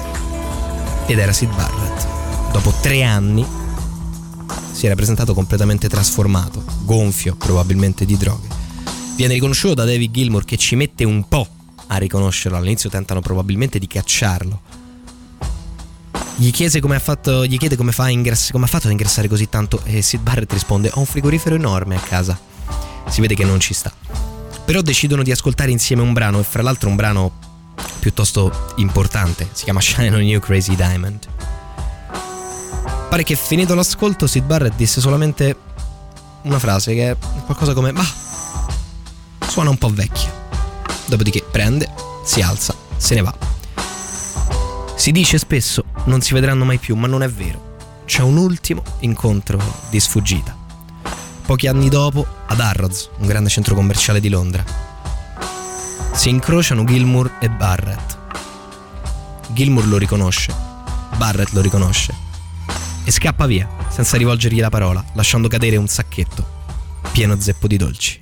Ed era Syd Barrett. Dopo 3 anni si era presentato completamente trasformato, gonfio probabilmente di droghe. Viene riconosciuto da David Gilmour, che ci mette un po' a riconoscerlo. All'inizio tentano probabilmente di cacciarlo. Gli chiede come ha fatto ad ingrassare così tanto, e Syd Barrett risponde: ho un frigorifero enorme a casa. Si vede che non ci sta. Però decidono di ascoltare insieme un brano, e fra l'altro un brano piuttosto importante, si chiama Shine on You Crazy Diamond. Pare che finito l'ascolto Syd Barrett disse solamente una frase che è qualcosa come: bah, suona un po' vecchia. Dopodiché prende, si alza, se ne va. Si dice spesso non si vedranno mai più, ma non è vero. C'è un ultimo incontro di sfuggita. Pochi anni dopo, ad Harrods, un grande centro commerciale di Londra, si incrociano Gilmour e Barrett. Gilmour lo riconosce, Barrett lo riconosce e scappa via senza rivolgergli la parola, lasciando cadere un sacchetto pieno zeppo di dolci.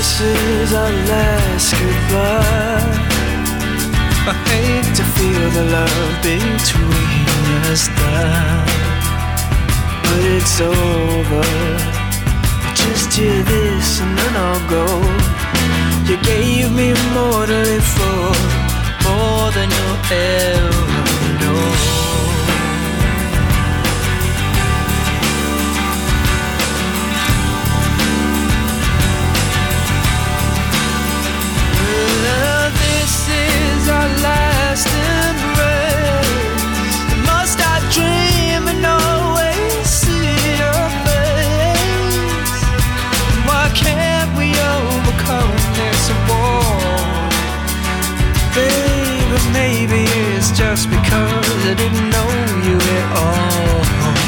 this is our last goodbye. I hate to feel the love between us die, but it's over. Just hear this and then I'll go. You gave me more to live for, more than you'll ever know. Well, this is our last embrace. Must I dream and always see your face? Why can't we overcome this war? Baby, maybe it's just because I didn't know you at all.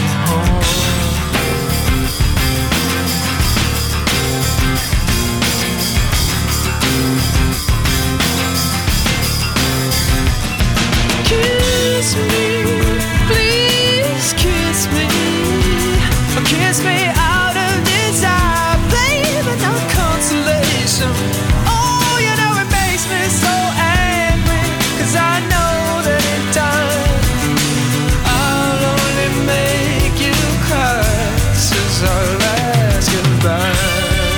Kiss me, please kiss me. Kiss me out of desire, baby, not consolation. Oh, you know it makes me so angry, 'cause I know that in time I'll only make you cry. This is our last goodbye.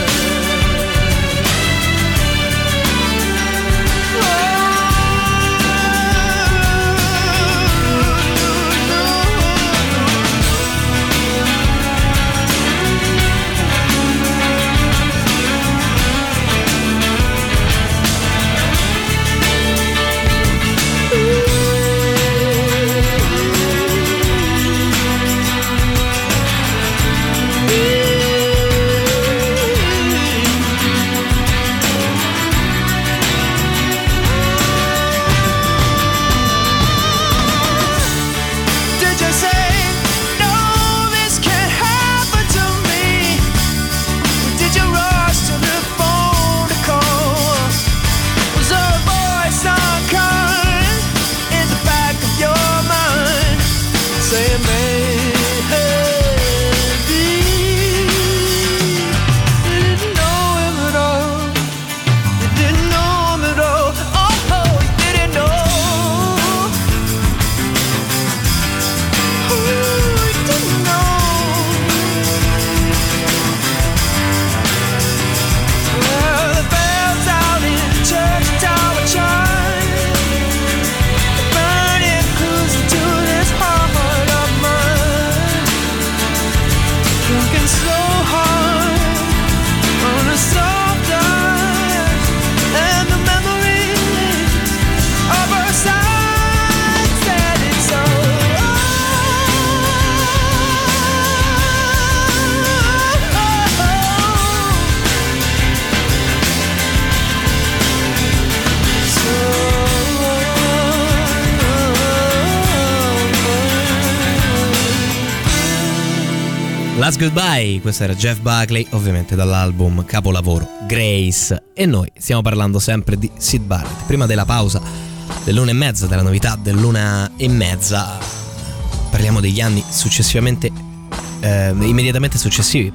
Last Goodbye, questo era Jeff Buckley, ovviamente dall'album capolavoro Grace, e noi stiamo parlando sempre di Syd Barrett. Prima della pausa dell'1:30, della novità dell'1:30, parliamo degli anni successivamente, immediatamente successivi,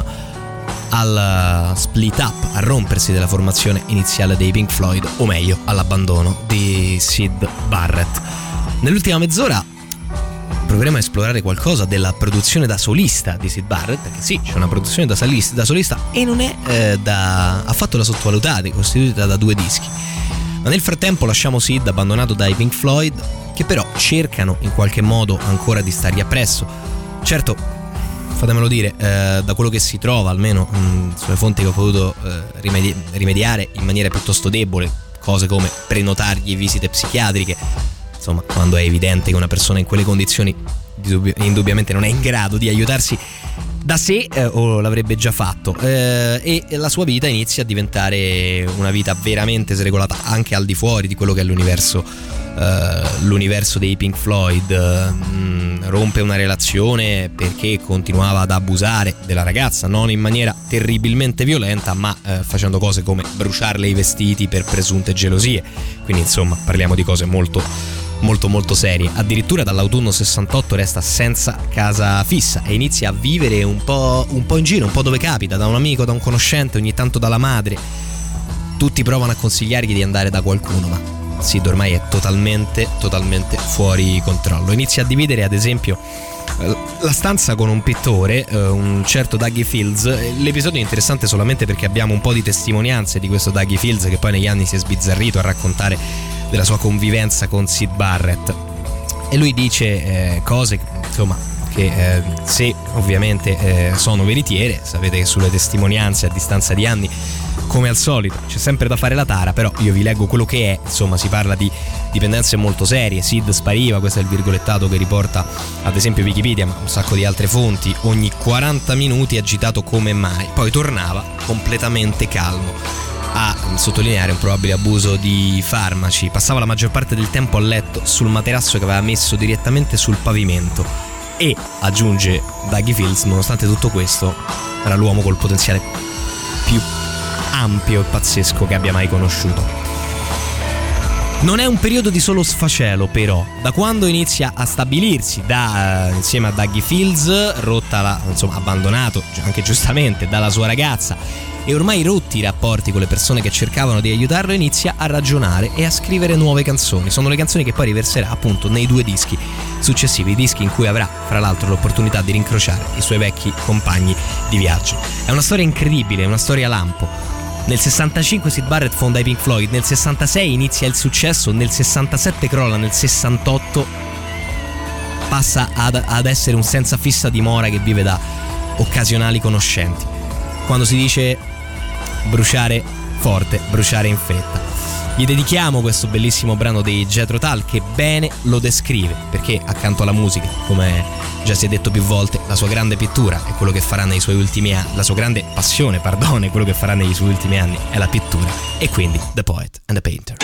al split up, al rompersi della formazione iniziale dei Pink Floyd, o meglio all'abbandono di Syd Barrett. Nell'ultima mezz'ora proveremo a esplorare qualcosa della produzione da solista di Syd Barrett, perché sì, c'è una produzione da solista e non è affatto da sottovalutare, costituita da 2 dischi. Ma nel frattempo lasciamo Syd abbandonato dai Pink Floyd, che però cercano in qualche modo ancora di stargli appresso. Certo, fatemelo dire, da quello che si trova, almeno sulle fonti che ho potuto rimediare in maniera piuttosto debole, cose come prenotargli visite psichiatriche. Insomma, quando è evidente che una persona in quelle condizioni indubbiamente non è in grado di aiutarsi da sé, o l'avrebbe già fatto, e la sua vita inizia a diventare una vita veramente sregolata anche al di fuori di quello che è l'universo dei Pink Floyd. Rompe una relazione perché continuava ad abusare della ragazza, non in maniera terribilmente violenta, ma facendo cose come bruciarle i vestiti per presunte gelosie. Quindi insomma parliamo di cose molto molto molto serie. Addirittura dall'autunno 68 resta senza casa fissa e inizia a vivere un po' in giro, un po' dove capita, da un amico, da un conoscente, ogni tanto dalla madre. Tutti provano a consigliargli di andare da qualcuno, ma Sid ormai è totalmente fuori controllo. Inizia a dividere ad esempio la stanza con un pittore, un certo Dougie Fields. L'episodio è interessante solamente perché abbiamo un po' di testimonianze di questo Dougie Fields, che poi negli anni si è sbizzarrito a raccontare della sua convivenza con Syd Barrett, e lui dice cose insomma che se ovviamente sono veritiere. Sapete che sulle testimonianze a distanza di anni, come al solito, c'è sempre da fare la tara, però io vi leggo quello che è. Insomma, si parla di dipendenze molto serie. Sid spariva, questo è il virgolettato che riporta ad esempio Wikipedia, ma un sacco di altre fonti, ogni 40 minuti agitato come mai, poi tornava completamente calmo, a sottolineare un probabile abuso di farmaci. Passava la maggior parte del tempo a letto sul materasso che aveva messo direttamente sul pavimento e, aggiunge Dougie Fields, nonostante tutto questo era l'uomo col potenziale più ampio e pazzesco che abbia mai conosciuto. Non è un periodo di solo sfacelo, però. Da quando inizia a stabilirsi insieme a Dougie Fields, abbandonato anche giustamente dalla sua ragazza e ormai rotti i rapporti con le persone che cercavano di aiutarlo, inizia a ragionare e a scrivere nuove canzoni. Sono le canzoni che poi riverserà appunto nei 2 dischi successivi, dischi in cui avrà fra l'altro l'opportunità di rincrociare i suoi vecchi compagni di viaggio. È una storia incredibile, è una storia lampo. Nel 65 Syd Barrett fonda i Pink Floyd, nel 66 inizia il successo, nel 67 crolla, nel 68 passa ad essere un senza fissa dimora che vive da occasionali conoscenti. Quando si dice bruciare forte, bruciare in fretta. Gli dedichiamo questo bellissimo brano dei Jethro Tull che bene lo descrive, perché accanto alla musica, come già si è detto più volte, la sua grande pittura è quello che farà nei suoi ultimi anni, la sua grande passione, è quello che farà nei suoi ultimi anni è la pittura, e quindi The Poet and the Painter.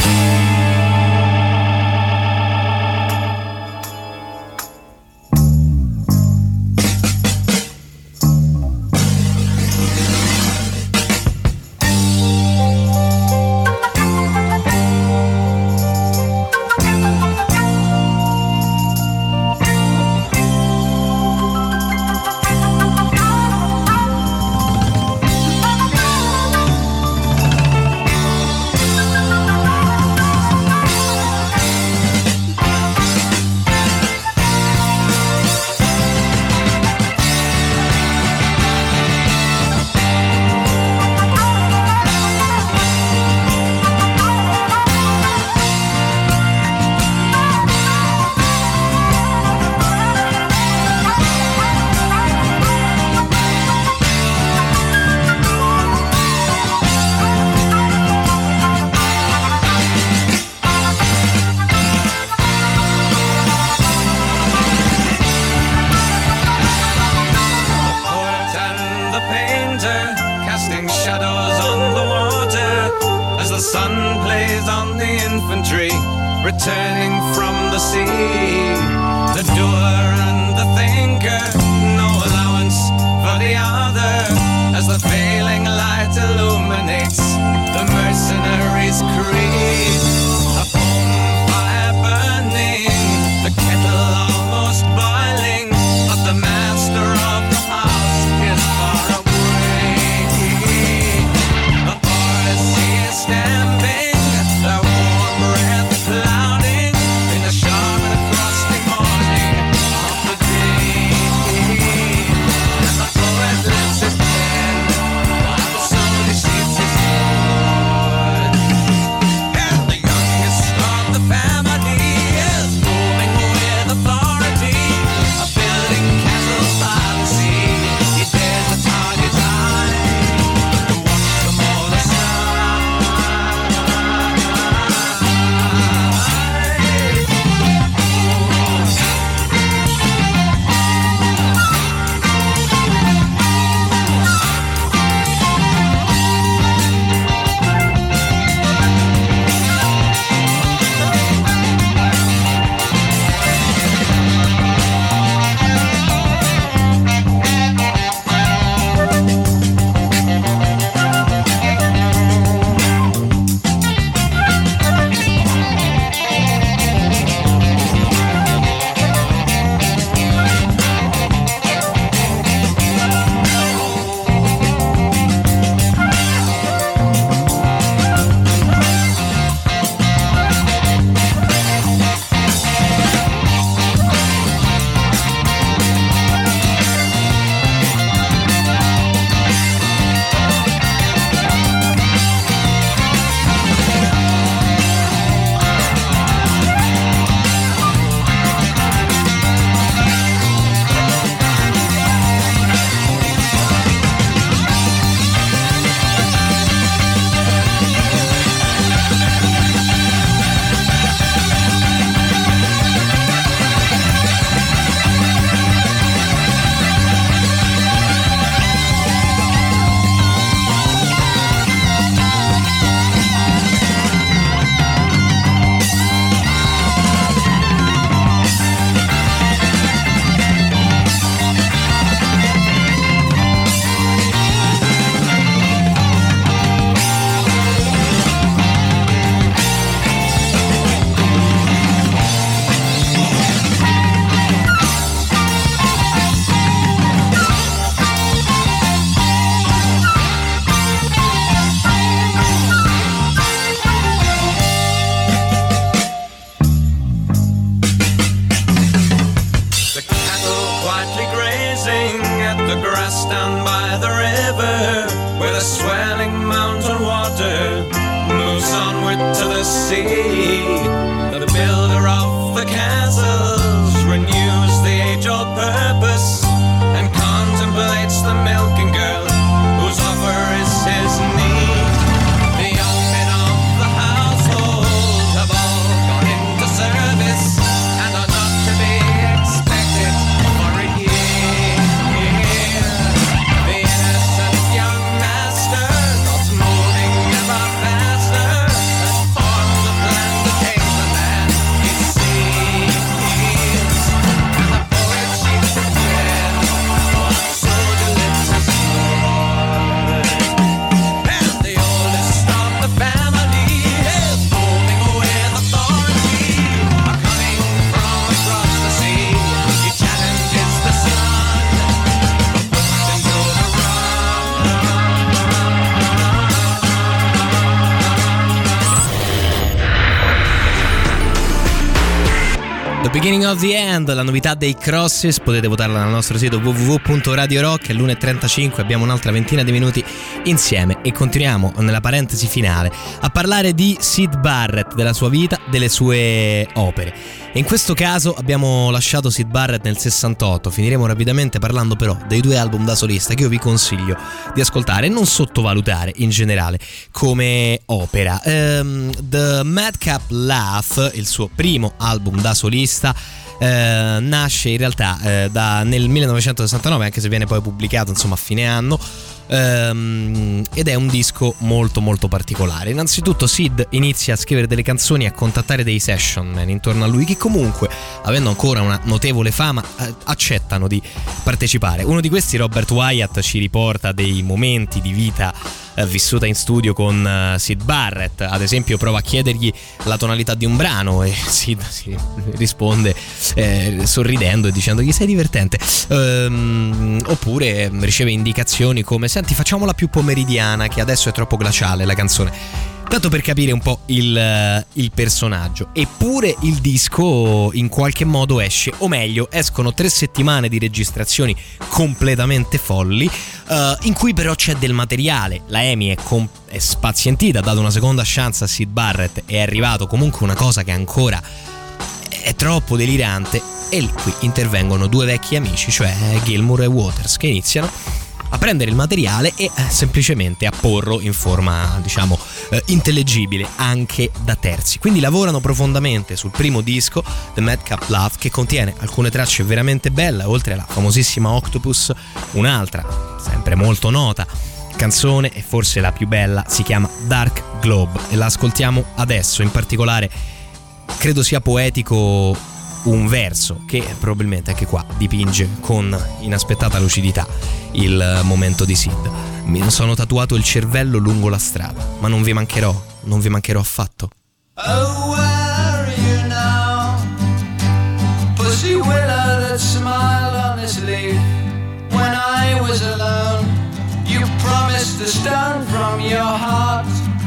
Hey! Beginning of the End, la novità dei Crosses, potete votarla nel nostro sito www.radiorock. È l'1:35, abbiamo un'altra ventina di minuti insieme e continuiamo nella parentesi finale a parlare di Syd Barrett, della sua vita, delle sue opere. E in questo caso abbiamo lasciato Syd Barrett nel 68, finiremo rapidamente parlando però dei 2 album da solista che io vi consiglio di ascoltare e non sottovalutare in generale come opera. The Madcap Laugh, il suo primo album da solista, nasce in realtà nel 1969, anche se viene poi pubblicato insomma a fine anno, ed è un disco molto molto particolare. Innanzitutto Syd inizia a scrivere delle canzoni e a contattare dei session man intorno a lui, che comunque, avendo ancora una notevole fama, accettano di partecipare. Uno di questi, Robert Wyatt, ci riporta dei momenti di vita vissuta in studio con Syd Barrett. Ad esempio prova a chiedergli la tonalità di un brano e Syd si risponde sorridendo e dicendogli sei divertente, oppure riceve indicazioni come senti facciamola più pomeridiana che adesso è troppo glaciale la canzone, tanto per capire un po' il personaggio. Eppure il disco in qualche modo esce, o meglio escono 3 settimane di registrazioni completamente folli, in cui però c'è del materiale. La EMI è spazientita, ha dato una seconda chance a Syd Barrett, è arrivato comunque una cosa che ancora è troppo delirante, e qui intervengono 2 vecchi amici, cioè Gilmour e Waters, che iniziano a prendere il materiale e semplicemente a porlo in forma, diciamo, intellegibile anche da terzi. Quindi lavorano profondamente sul primo disco, The Madcap Love, che contiene alcune tracce veramente belle, oltre alla famosissima Octopus, un'altra, sempre molto nota, canzone, e forse la più bella, si chiama Dark Globe, e la ascoltiamo adesso. In particolare credo sia poetico un verso che probabilmente anche qua dipinge con inaspettata lucidità il momento di Syd. Mi sono tatuato il cervello lungo la strada, ma non vi mancherò affatto. Oh, where are you now? Pussy willow that smiled on this leaf. When I was alone, you promised the stone from your heart.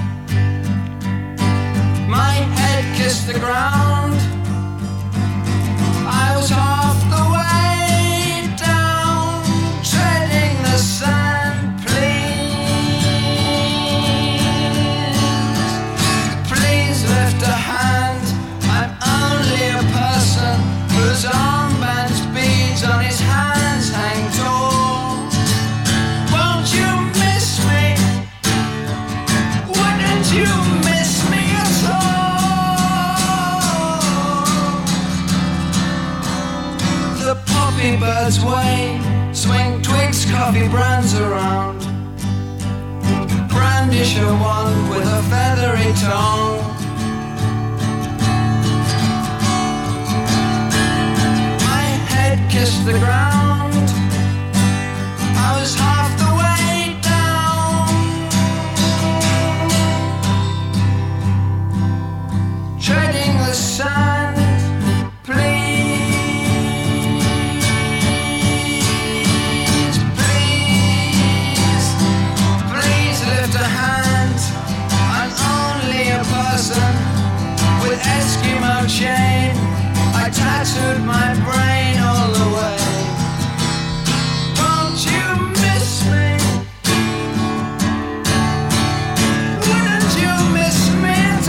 My head kissed the ground. I was half the way down, treading the sand. Please lift a hand. I'm only a person whose armbands, beads on his hands hang tall. Won't you miss me? Wouldn't you miss me at all? The poppy birds way, swing twigs, coffee brands around. Brandish a wand with a feathery tongue. My head kissed the ground. I was half the way down, treading the sand. With Eskimo chain, I tattooed my brain all the way. Won't you miss me? Wouldn't you miss me at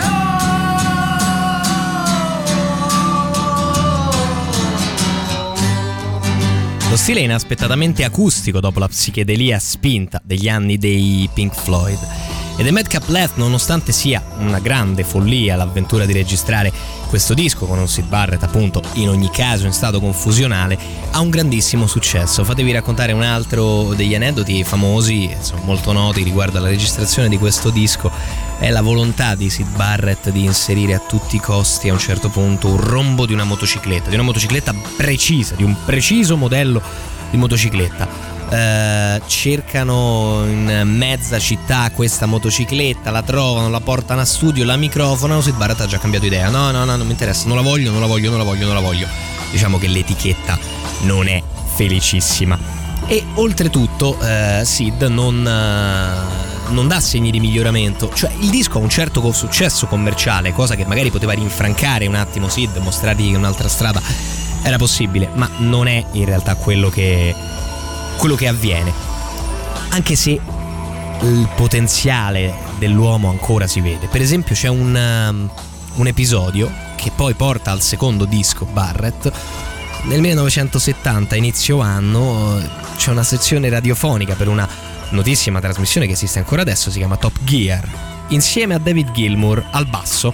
all? Lo stile è inaspettatamente acustico dopo la psichedelia spinta degli anni dei Pink Floyd. E The Madcap Left, nonostante sia una grande follia l'avventura di registrare questo disco con un Syd Barrett appunto in ogni caso in stato confusionale, ha un grandissimo successo. Fatevi raccontare un altro degli aneddoti famosi, sono molto noti riguardo alla registrazione di questo disco, è la volontà di Syd Barrett di inserire a tutti i costi a un certo punto un rombo di una motocicletta precisa, di un preciso modello di motocicletta. Cercano in mezza città questa motocicletta, la trovano, la portano a studio, la microfonano. Syd Barrett ha già cambiato idea, no, non mi interessa, non la voglio. Diciamo che l'etichetta non è felicissima. E oltretutto Syd non non dà segni di miglioramento. Cioè il disco ha un certo successo commerciale, cosa che magari poteva rinfrancare un attimo Sid, mostrargli che un'altra strada era possibile, ma non è in realtà quello che avviene, anche se il potenziale dell'uomo ancora si vede. Per esempio c'è un episodio che poi porta al secondo disco Barrett. Nel 1970, inizio anno, c'è una sezione radiofonica per una notissima trasmissione che esiste ancora adesso, si chiama Top Gear, insieme a David Gilmour al basso.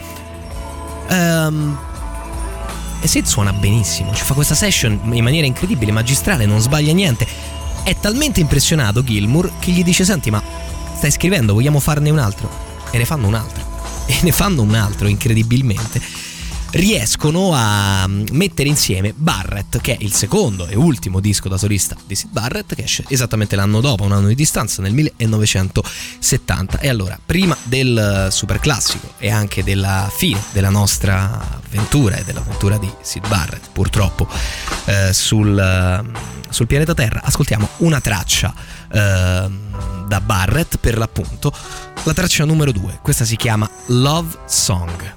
E Sid suona benissimo, cioè fa questa session in maniera incredibile, magistrale, non sbaglia niente. È talmente impressionato Gilmour che gli dice: senti, ma stai scrivendo, vogliamo farne un altro? E ne fanno un altro incredibilmente. Riescono a mettere insieme Barrett, che è il secondo e ultimo disco da solista di Sid Barrett, che esce esattamente l'anno dopo, un anno di distanza, nel 1970. E allora, prima del super classico e anche della fine della nostra avventura e dell'avventura di Sid Barrett, purtroppo, sul pianeta Terra, ascoltiamo una traccia da Barrett, per l'appunto la traccia numero 2. Questa si chiama Love Song.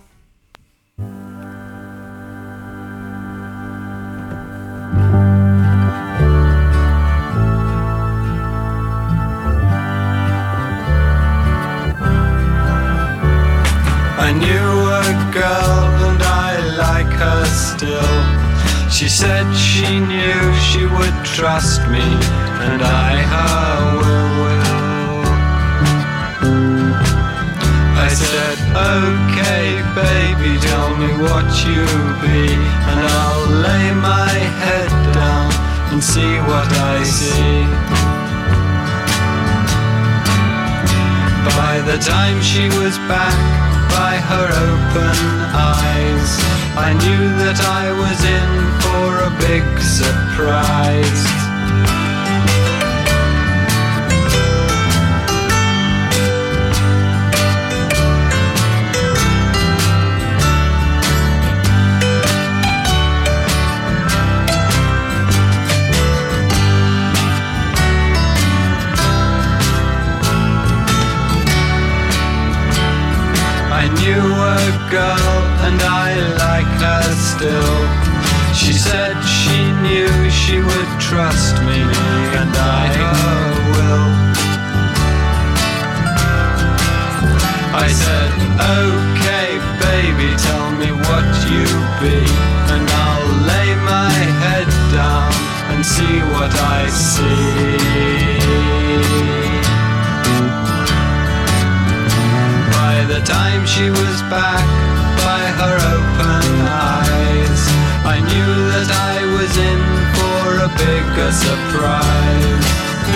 I knew a girl and I like her still. She said she knew she would trust me and I her will. I said, okay baby, tell me what you be, and I'll lay my head down and see what I see. By the time she was back, by her open eyes, I knew that I was in for a big surprise. I knew a girl and I like her still. She said she knew she would trust me and I her will. I said, okay baby, tell me what you be, and I'll lay my head down and see what I see. By the time she was back, by her open eyes, I knew that I was in for a bigger surprise.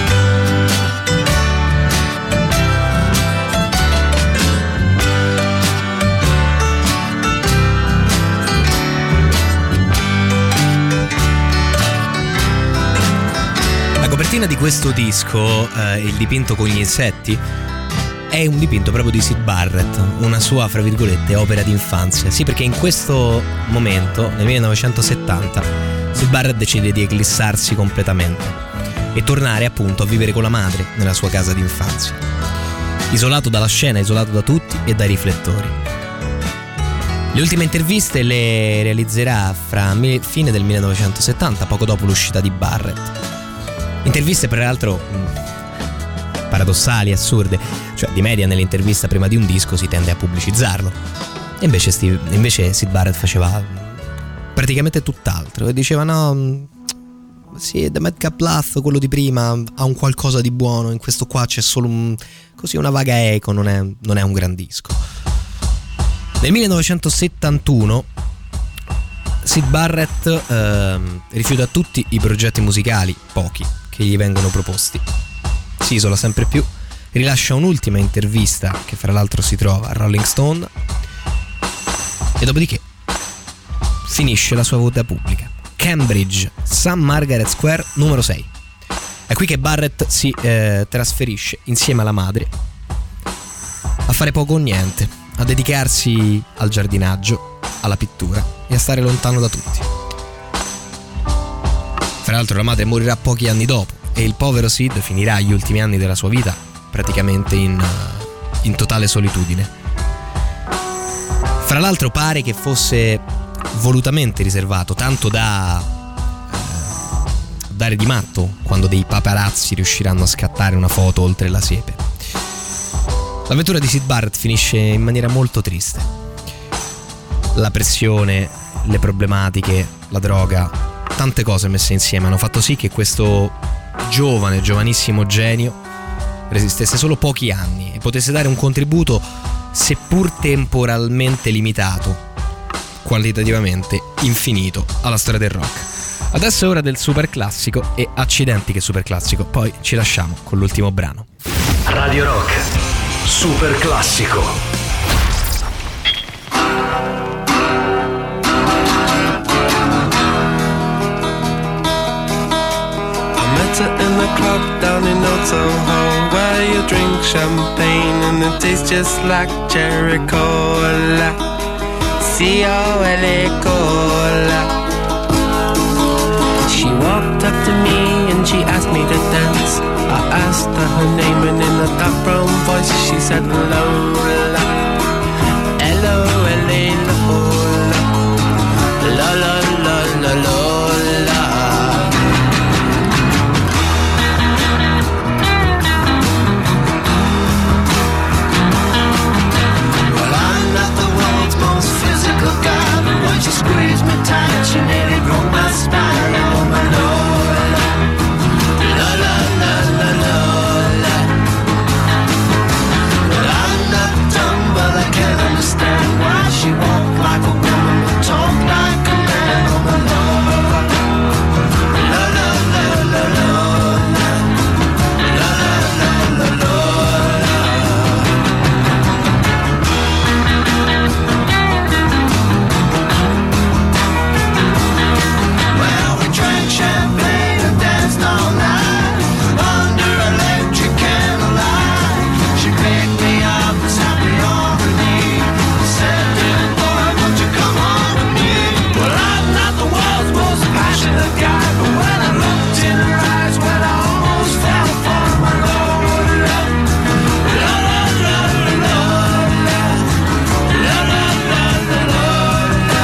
La copertina di questo disco, il dipinto con gli insetti, è un dipinto proprio di Sid Barrett, una sua, fra virgolette, opera d'infanzia. Sì, perché in questo momento, nel 1970, Sid Barrett decide di eclissarsi completamente e tornare appunto a vivere con la madre nella sua casa d'infanzia, isolato dalla scena, isolato da tutti e dai riflettori. Le ultime interviste le realizzerà fra fine del 1970, poco dopo l'uscita di Barrett. Interviste peraltro paradossali, assurde, cioè di media nell'intervista prima di un disco si tende a pubblicizzarlo, e invece Sid Barrett faceva praticamente tutt'altro e diceva: no, sì, The Madcap Bluff, quello di prima, ha un qualcosa di buono, in questo qua c'è solo una vaga eco, non è un gran disco. Nel 1971 Sid Barrett rifiuta tutti i progetti musicali, pochi, che gli vengono proposti. Si isola sempre più, rilascia un'ultima intervista che fra l'altro si trova a Rolling Stone e dopodiché finisce la sua vita pubblica. Cambridge, St. Margaret Square, numero 6. È qui che Barrett si trasferisce insieme alla madre a fare poco o niente, a dedicarsi al giardinaggio, alla pittura e a stare lontano da tutti. Fra l'altro la madre morirà pochi anni dopo e il povero Sid finirà gli ultimi anni della sua vita praticamente in totale solitudine. Fra l'altro pare che fosse volutamente riservato, tanto da dare di matto quando dei paparazzi riusciranno a scattare una foto oltre la siepe. L'avventura di Syd Barrett finisce in maniera molto triste. La pressione, le problematiche, la droga, tante cose messe insieme hanno fatto sì che questo giovanissimo genio resistesse solo pochi anni e potesse dare un contributo seppur temporalmente limitato, qualitativamente infinito alla storia del rock. Adesso è ora del super classico e accidenti che super classico, poi ci lasciamo con l'ultimo brano. Radio Rock, super classico. In the club down in Old Soho, where you drink champagne and it tastes just like cherry cola. C-O-L-A cola. She walked up to me and she asked me to dance. I asked her her name and in a dark brown voice she said Lola. L-O-L-A Lola. La-la-la-la-la-la. When she squeezed me tight, she nearly broke my spine. Oh my Lola, la la la la Lola. Well, I'm not dumb, but I can't understand why she walked like a woman but talked like a man. Oh my Lola, la la la la Lola, la la la la Lola. Champagne and danced all night under electric candlelight. She picked me up and snapped me on her knee. Said, little boy, won't you come home with me? Well, I'm not the world's most passionate guy, but when I looked in her eyes, well, I almost fell for my Lola. La la la la Lola. La la la la Lola.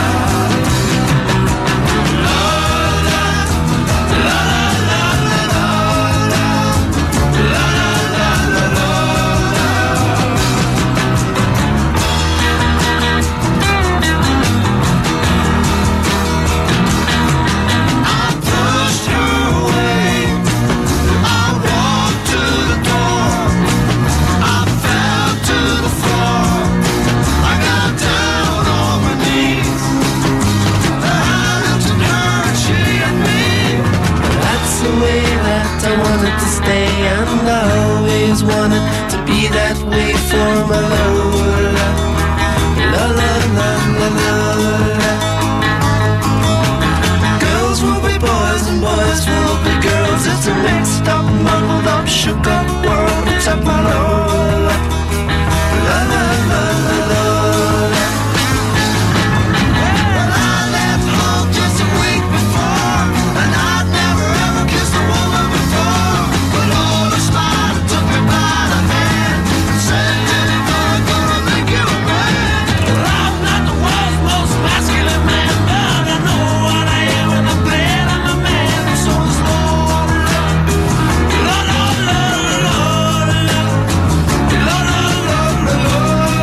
I wanted to stay and I always wanted to be that way for my Lola. La la la la Lola. Girls will be boys and boys will be girls. It's a mixed up, muddled up, shook up world except my Lola. La la la la Lola. Well, I left home just a week before and I'd never ever kissed a woman before. But Lola smiled and took me by the hand and said, "Little boy, gonna make you a man." Well, I'm not the world's most masculine man, but I know what I am and I'm glad I'm a man. So is Lola. La la la la la. La la la la la.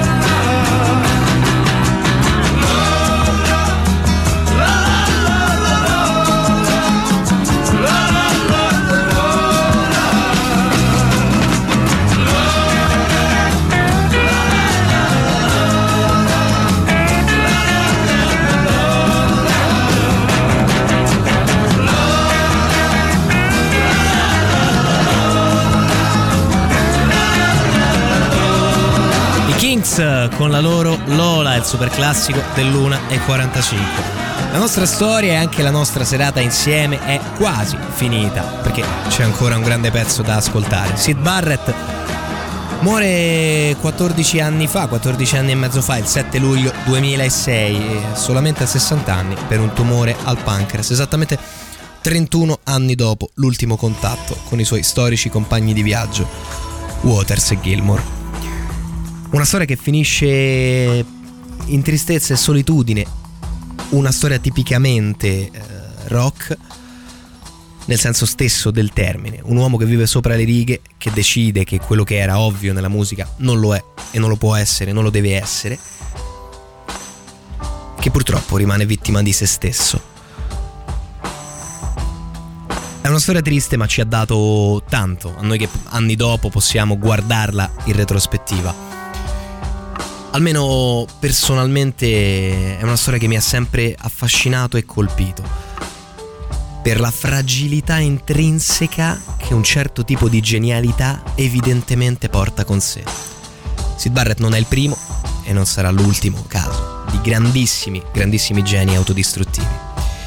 I Kings con la loro Lola, il super classico dell'1:45. La nostra storia e anche la nostra serata insieme è quasi finita, perché c'è ancora un grande pezzo da ascoltare. Syd Barrett muore 14 anni fa, 14 anni e mezzo fa, il 7 luglio 2006, solamente a 60 anni, per un tumore al pancreas, esattamente 31 anni dopo l'ultimo contatto con i suoi storici compagni di viaggio. Waters e Gilmour. Una storia che finisce in tristezza e solitudine, una storia tipicamente rock nel senso stesso del termine, un uomo che vive sopra le righe, che decide che quello che era ovvio nella musica non lo è e non lo può essere, non lo deve essere, che purtroppo rimane vittima di se stesso. È una storia triste, ma ci ha dato tanto, a noi che anni dopo possiamo guardarla in retrospettiva. Almeno personalmente è una storia che mi ha sempre affascinato e colpito, per la fragilità intrinseca che un certo tipo di genialità evidentemente porta con sé. Syd Barrett non è il primo e non sarà l'ultimo caso di grandissimi geni autodistruttivi.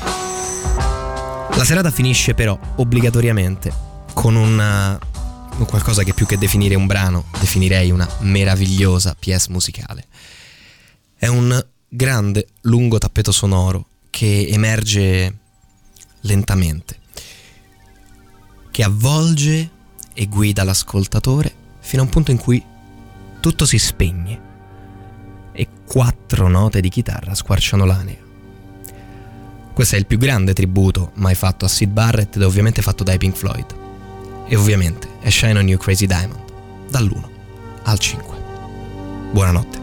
La serata finisce però obbligatoriamente con un qualcosa che più che definire un brano definirei una meravigliosa pièce musicale. È un grande lungo tappeto sonoro che emerge lentamente, che avvolge e guida l'ascoltatore fino a un punto in cui tutto si spegne e 4 note di chitarra squarciano l'anima. Questo è il più grande tributo mai fatto a Syd Barrett ed è ovviamente fatto dai Pink Floyd. E ovviamente è Shine on You Crazy Diamond, dall'1 al 5. Buonanotte.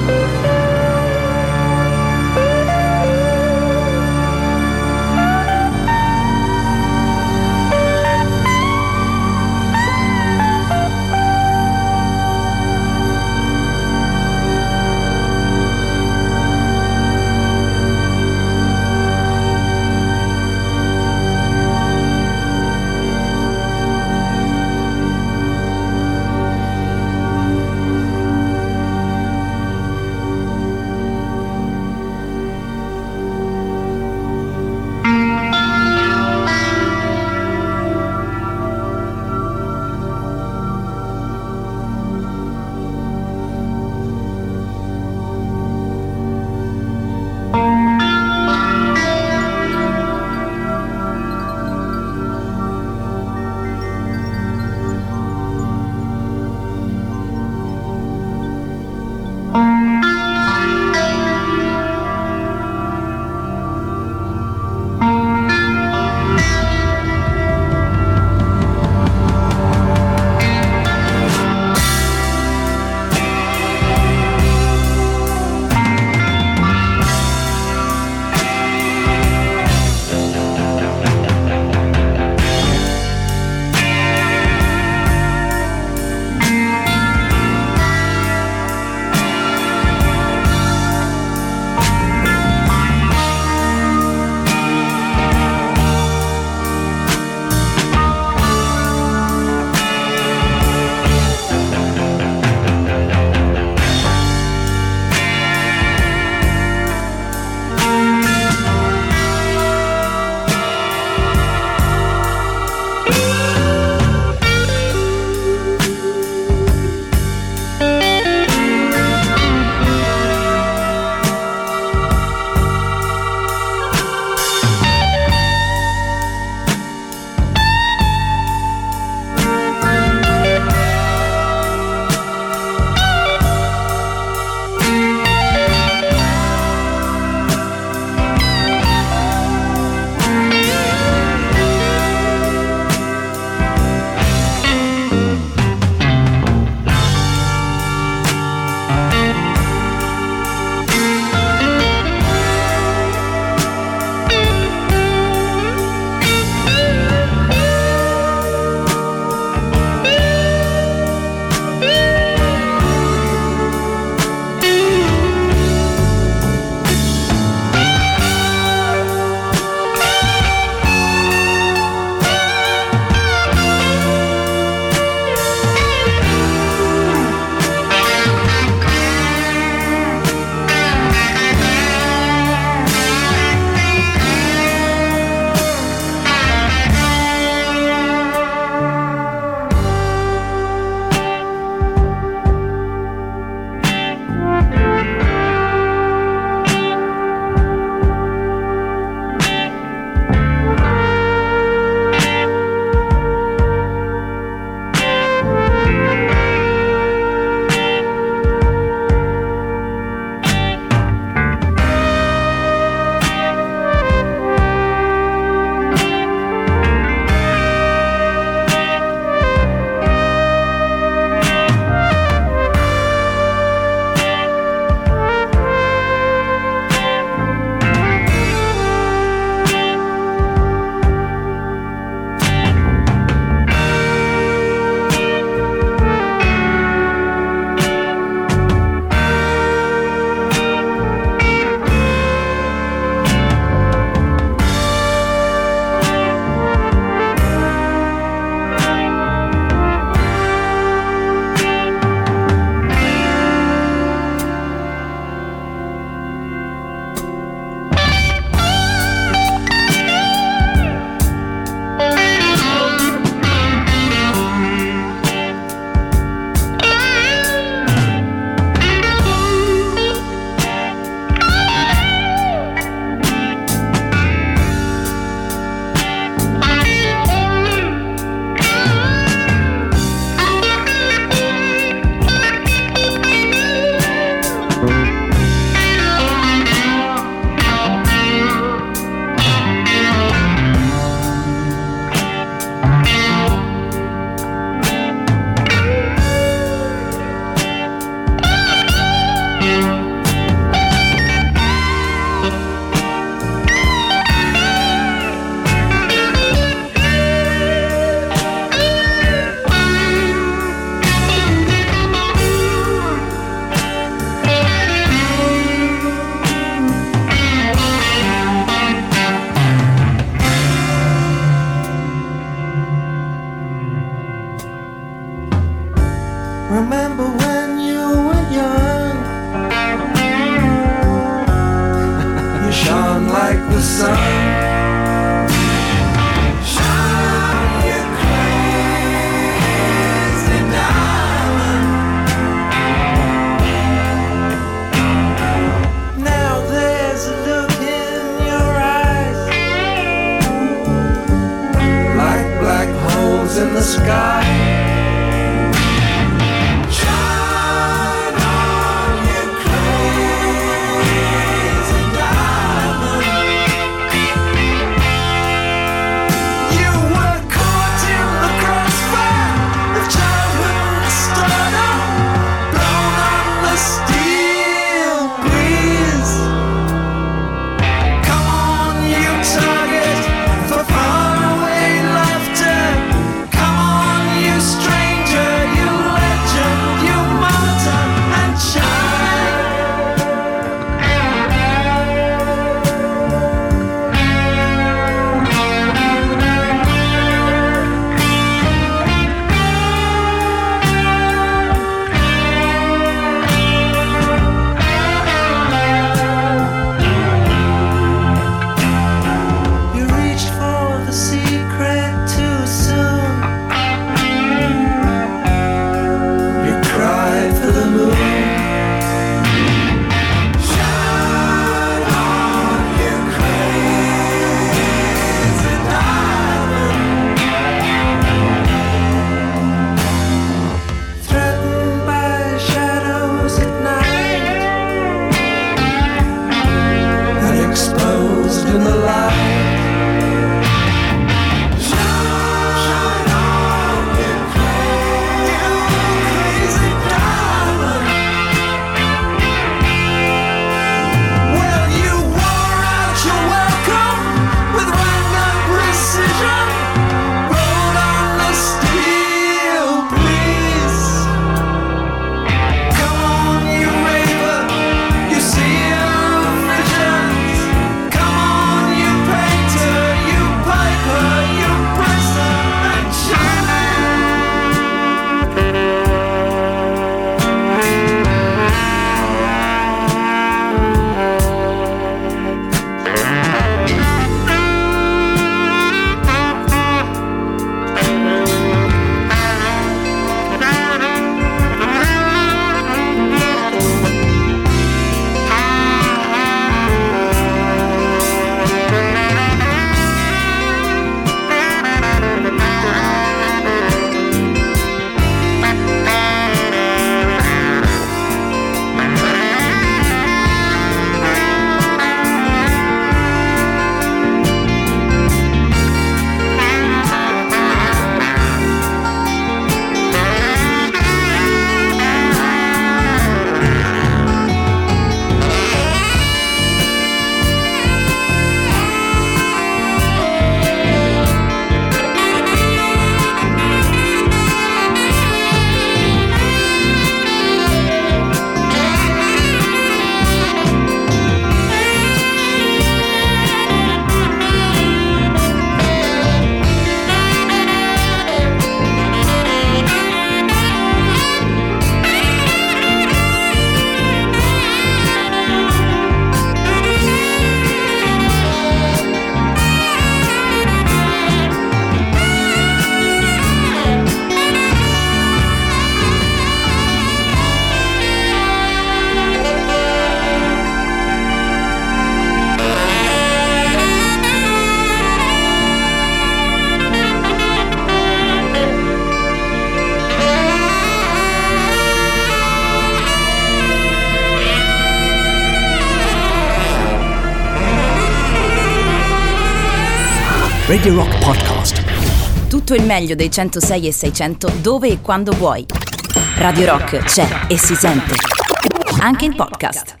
Radio Rock Podcast. Tutto il meglio dei 106 e 600 dove e quando vuoi. Radio Rock c'è e si sente. Anche in podcast.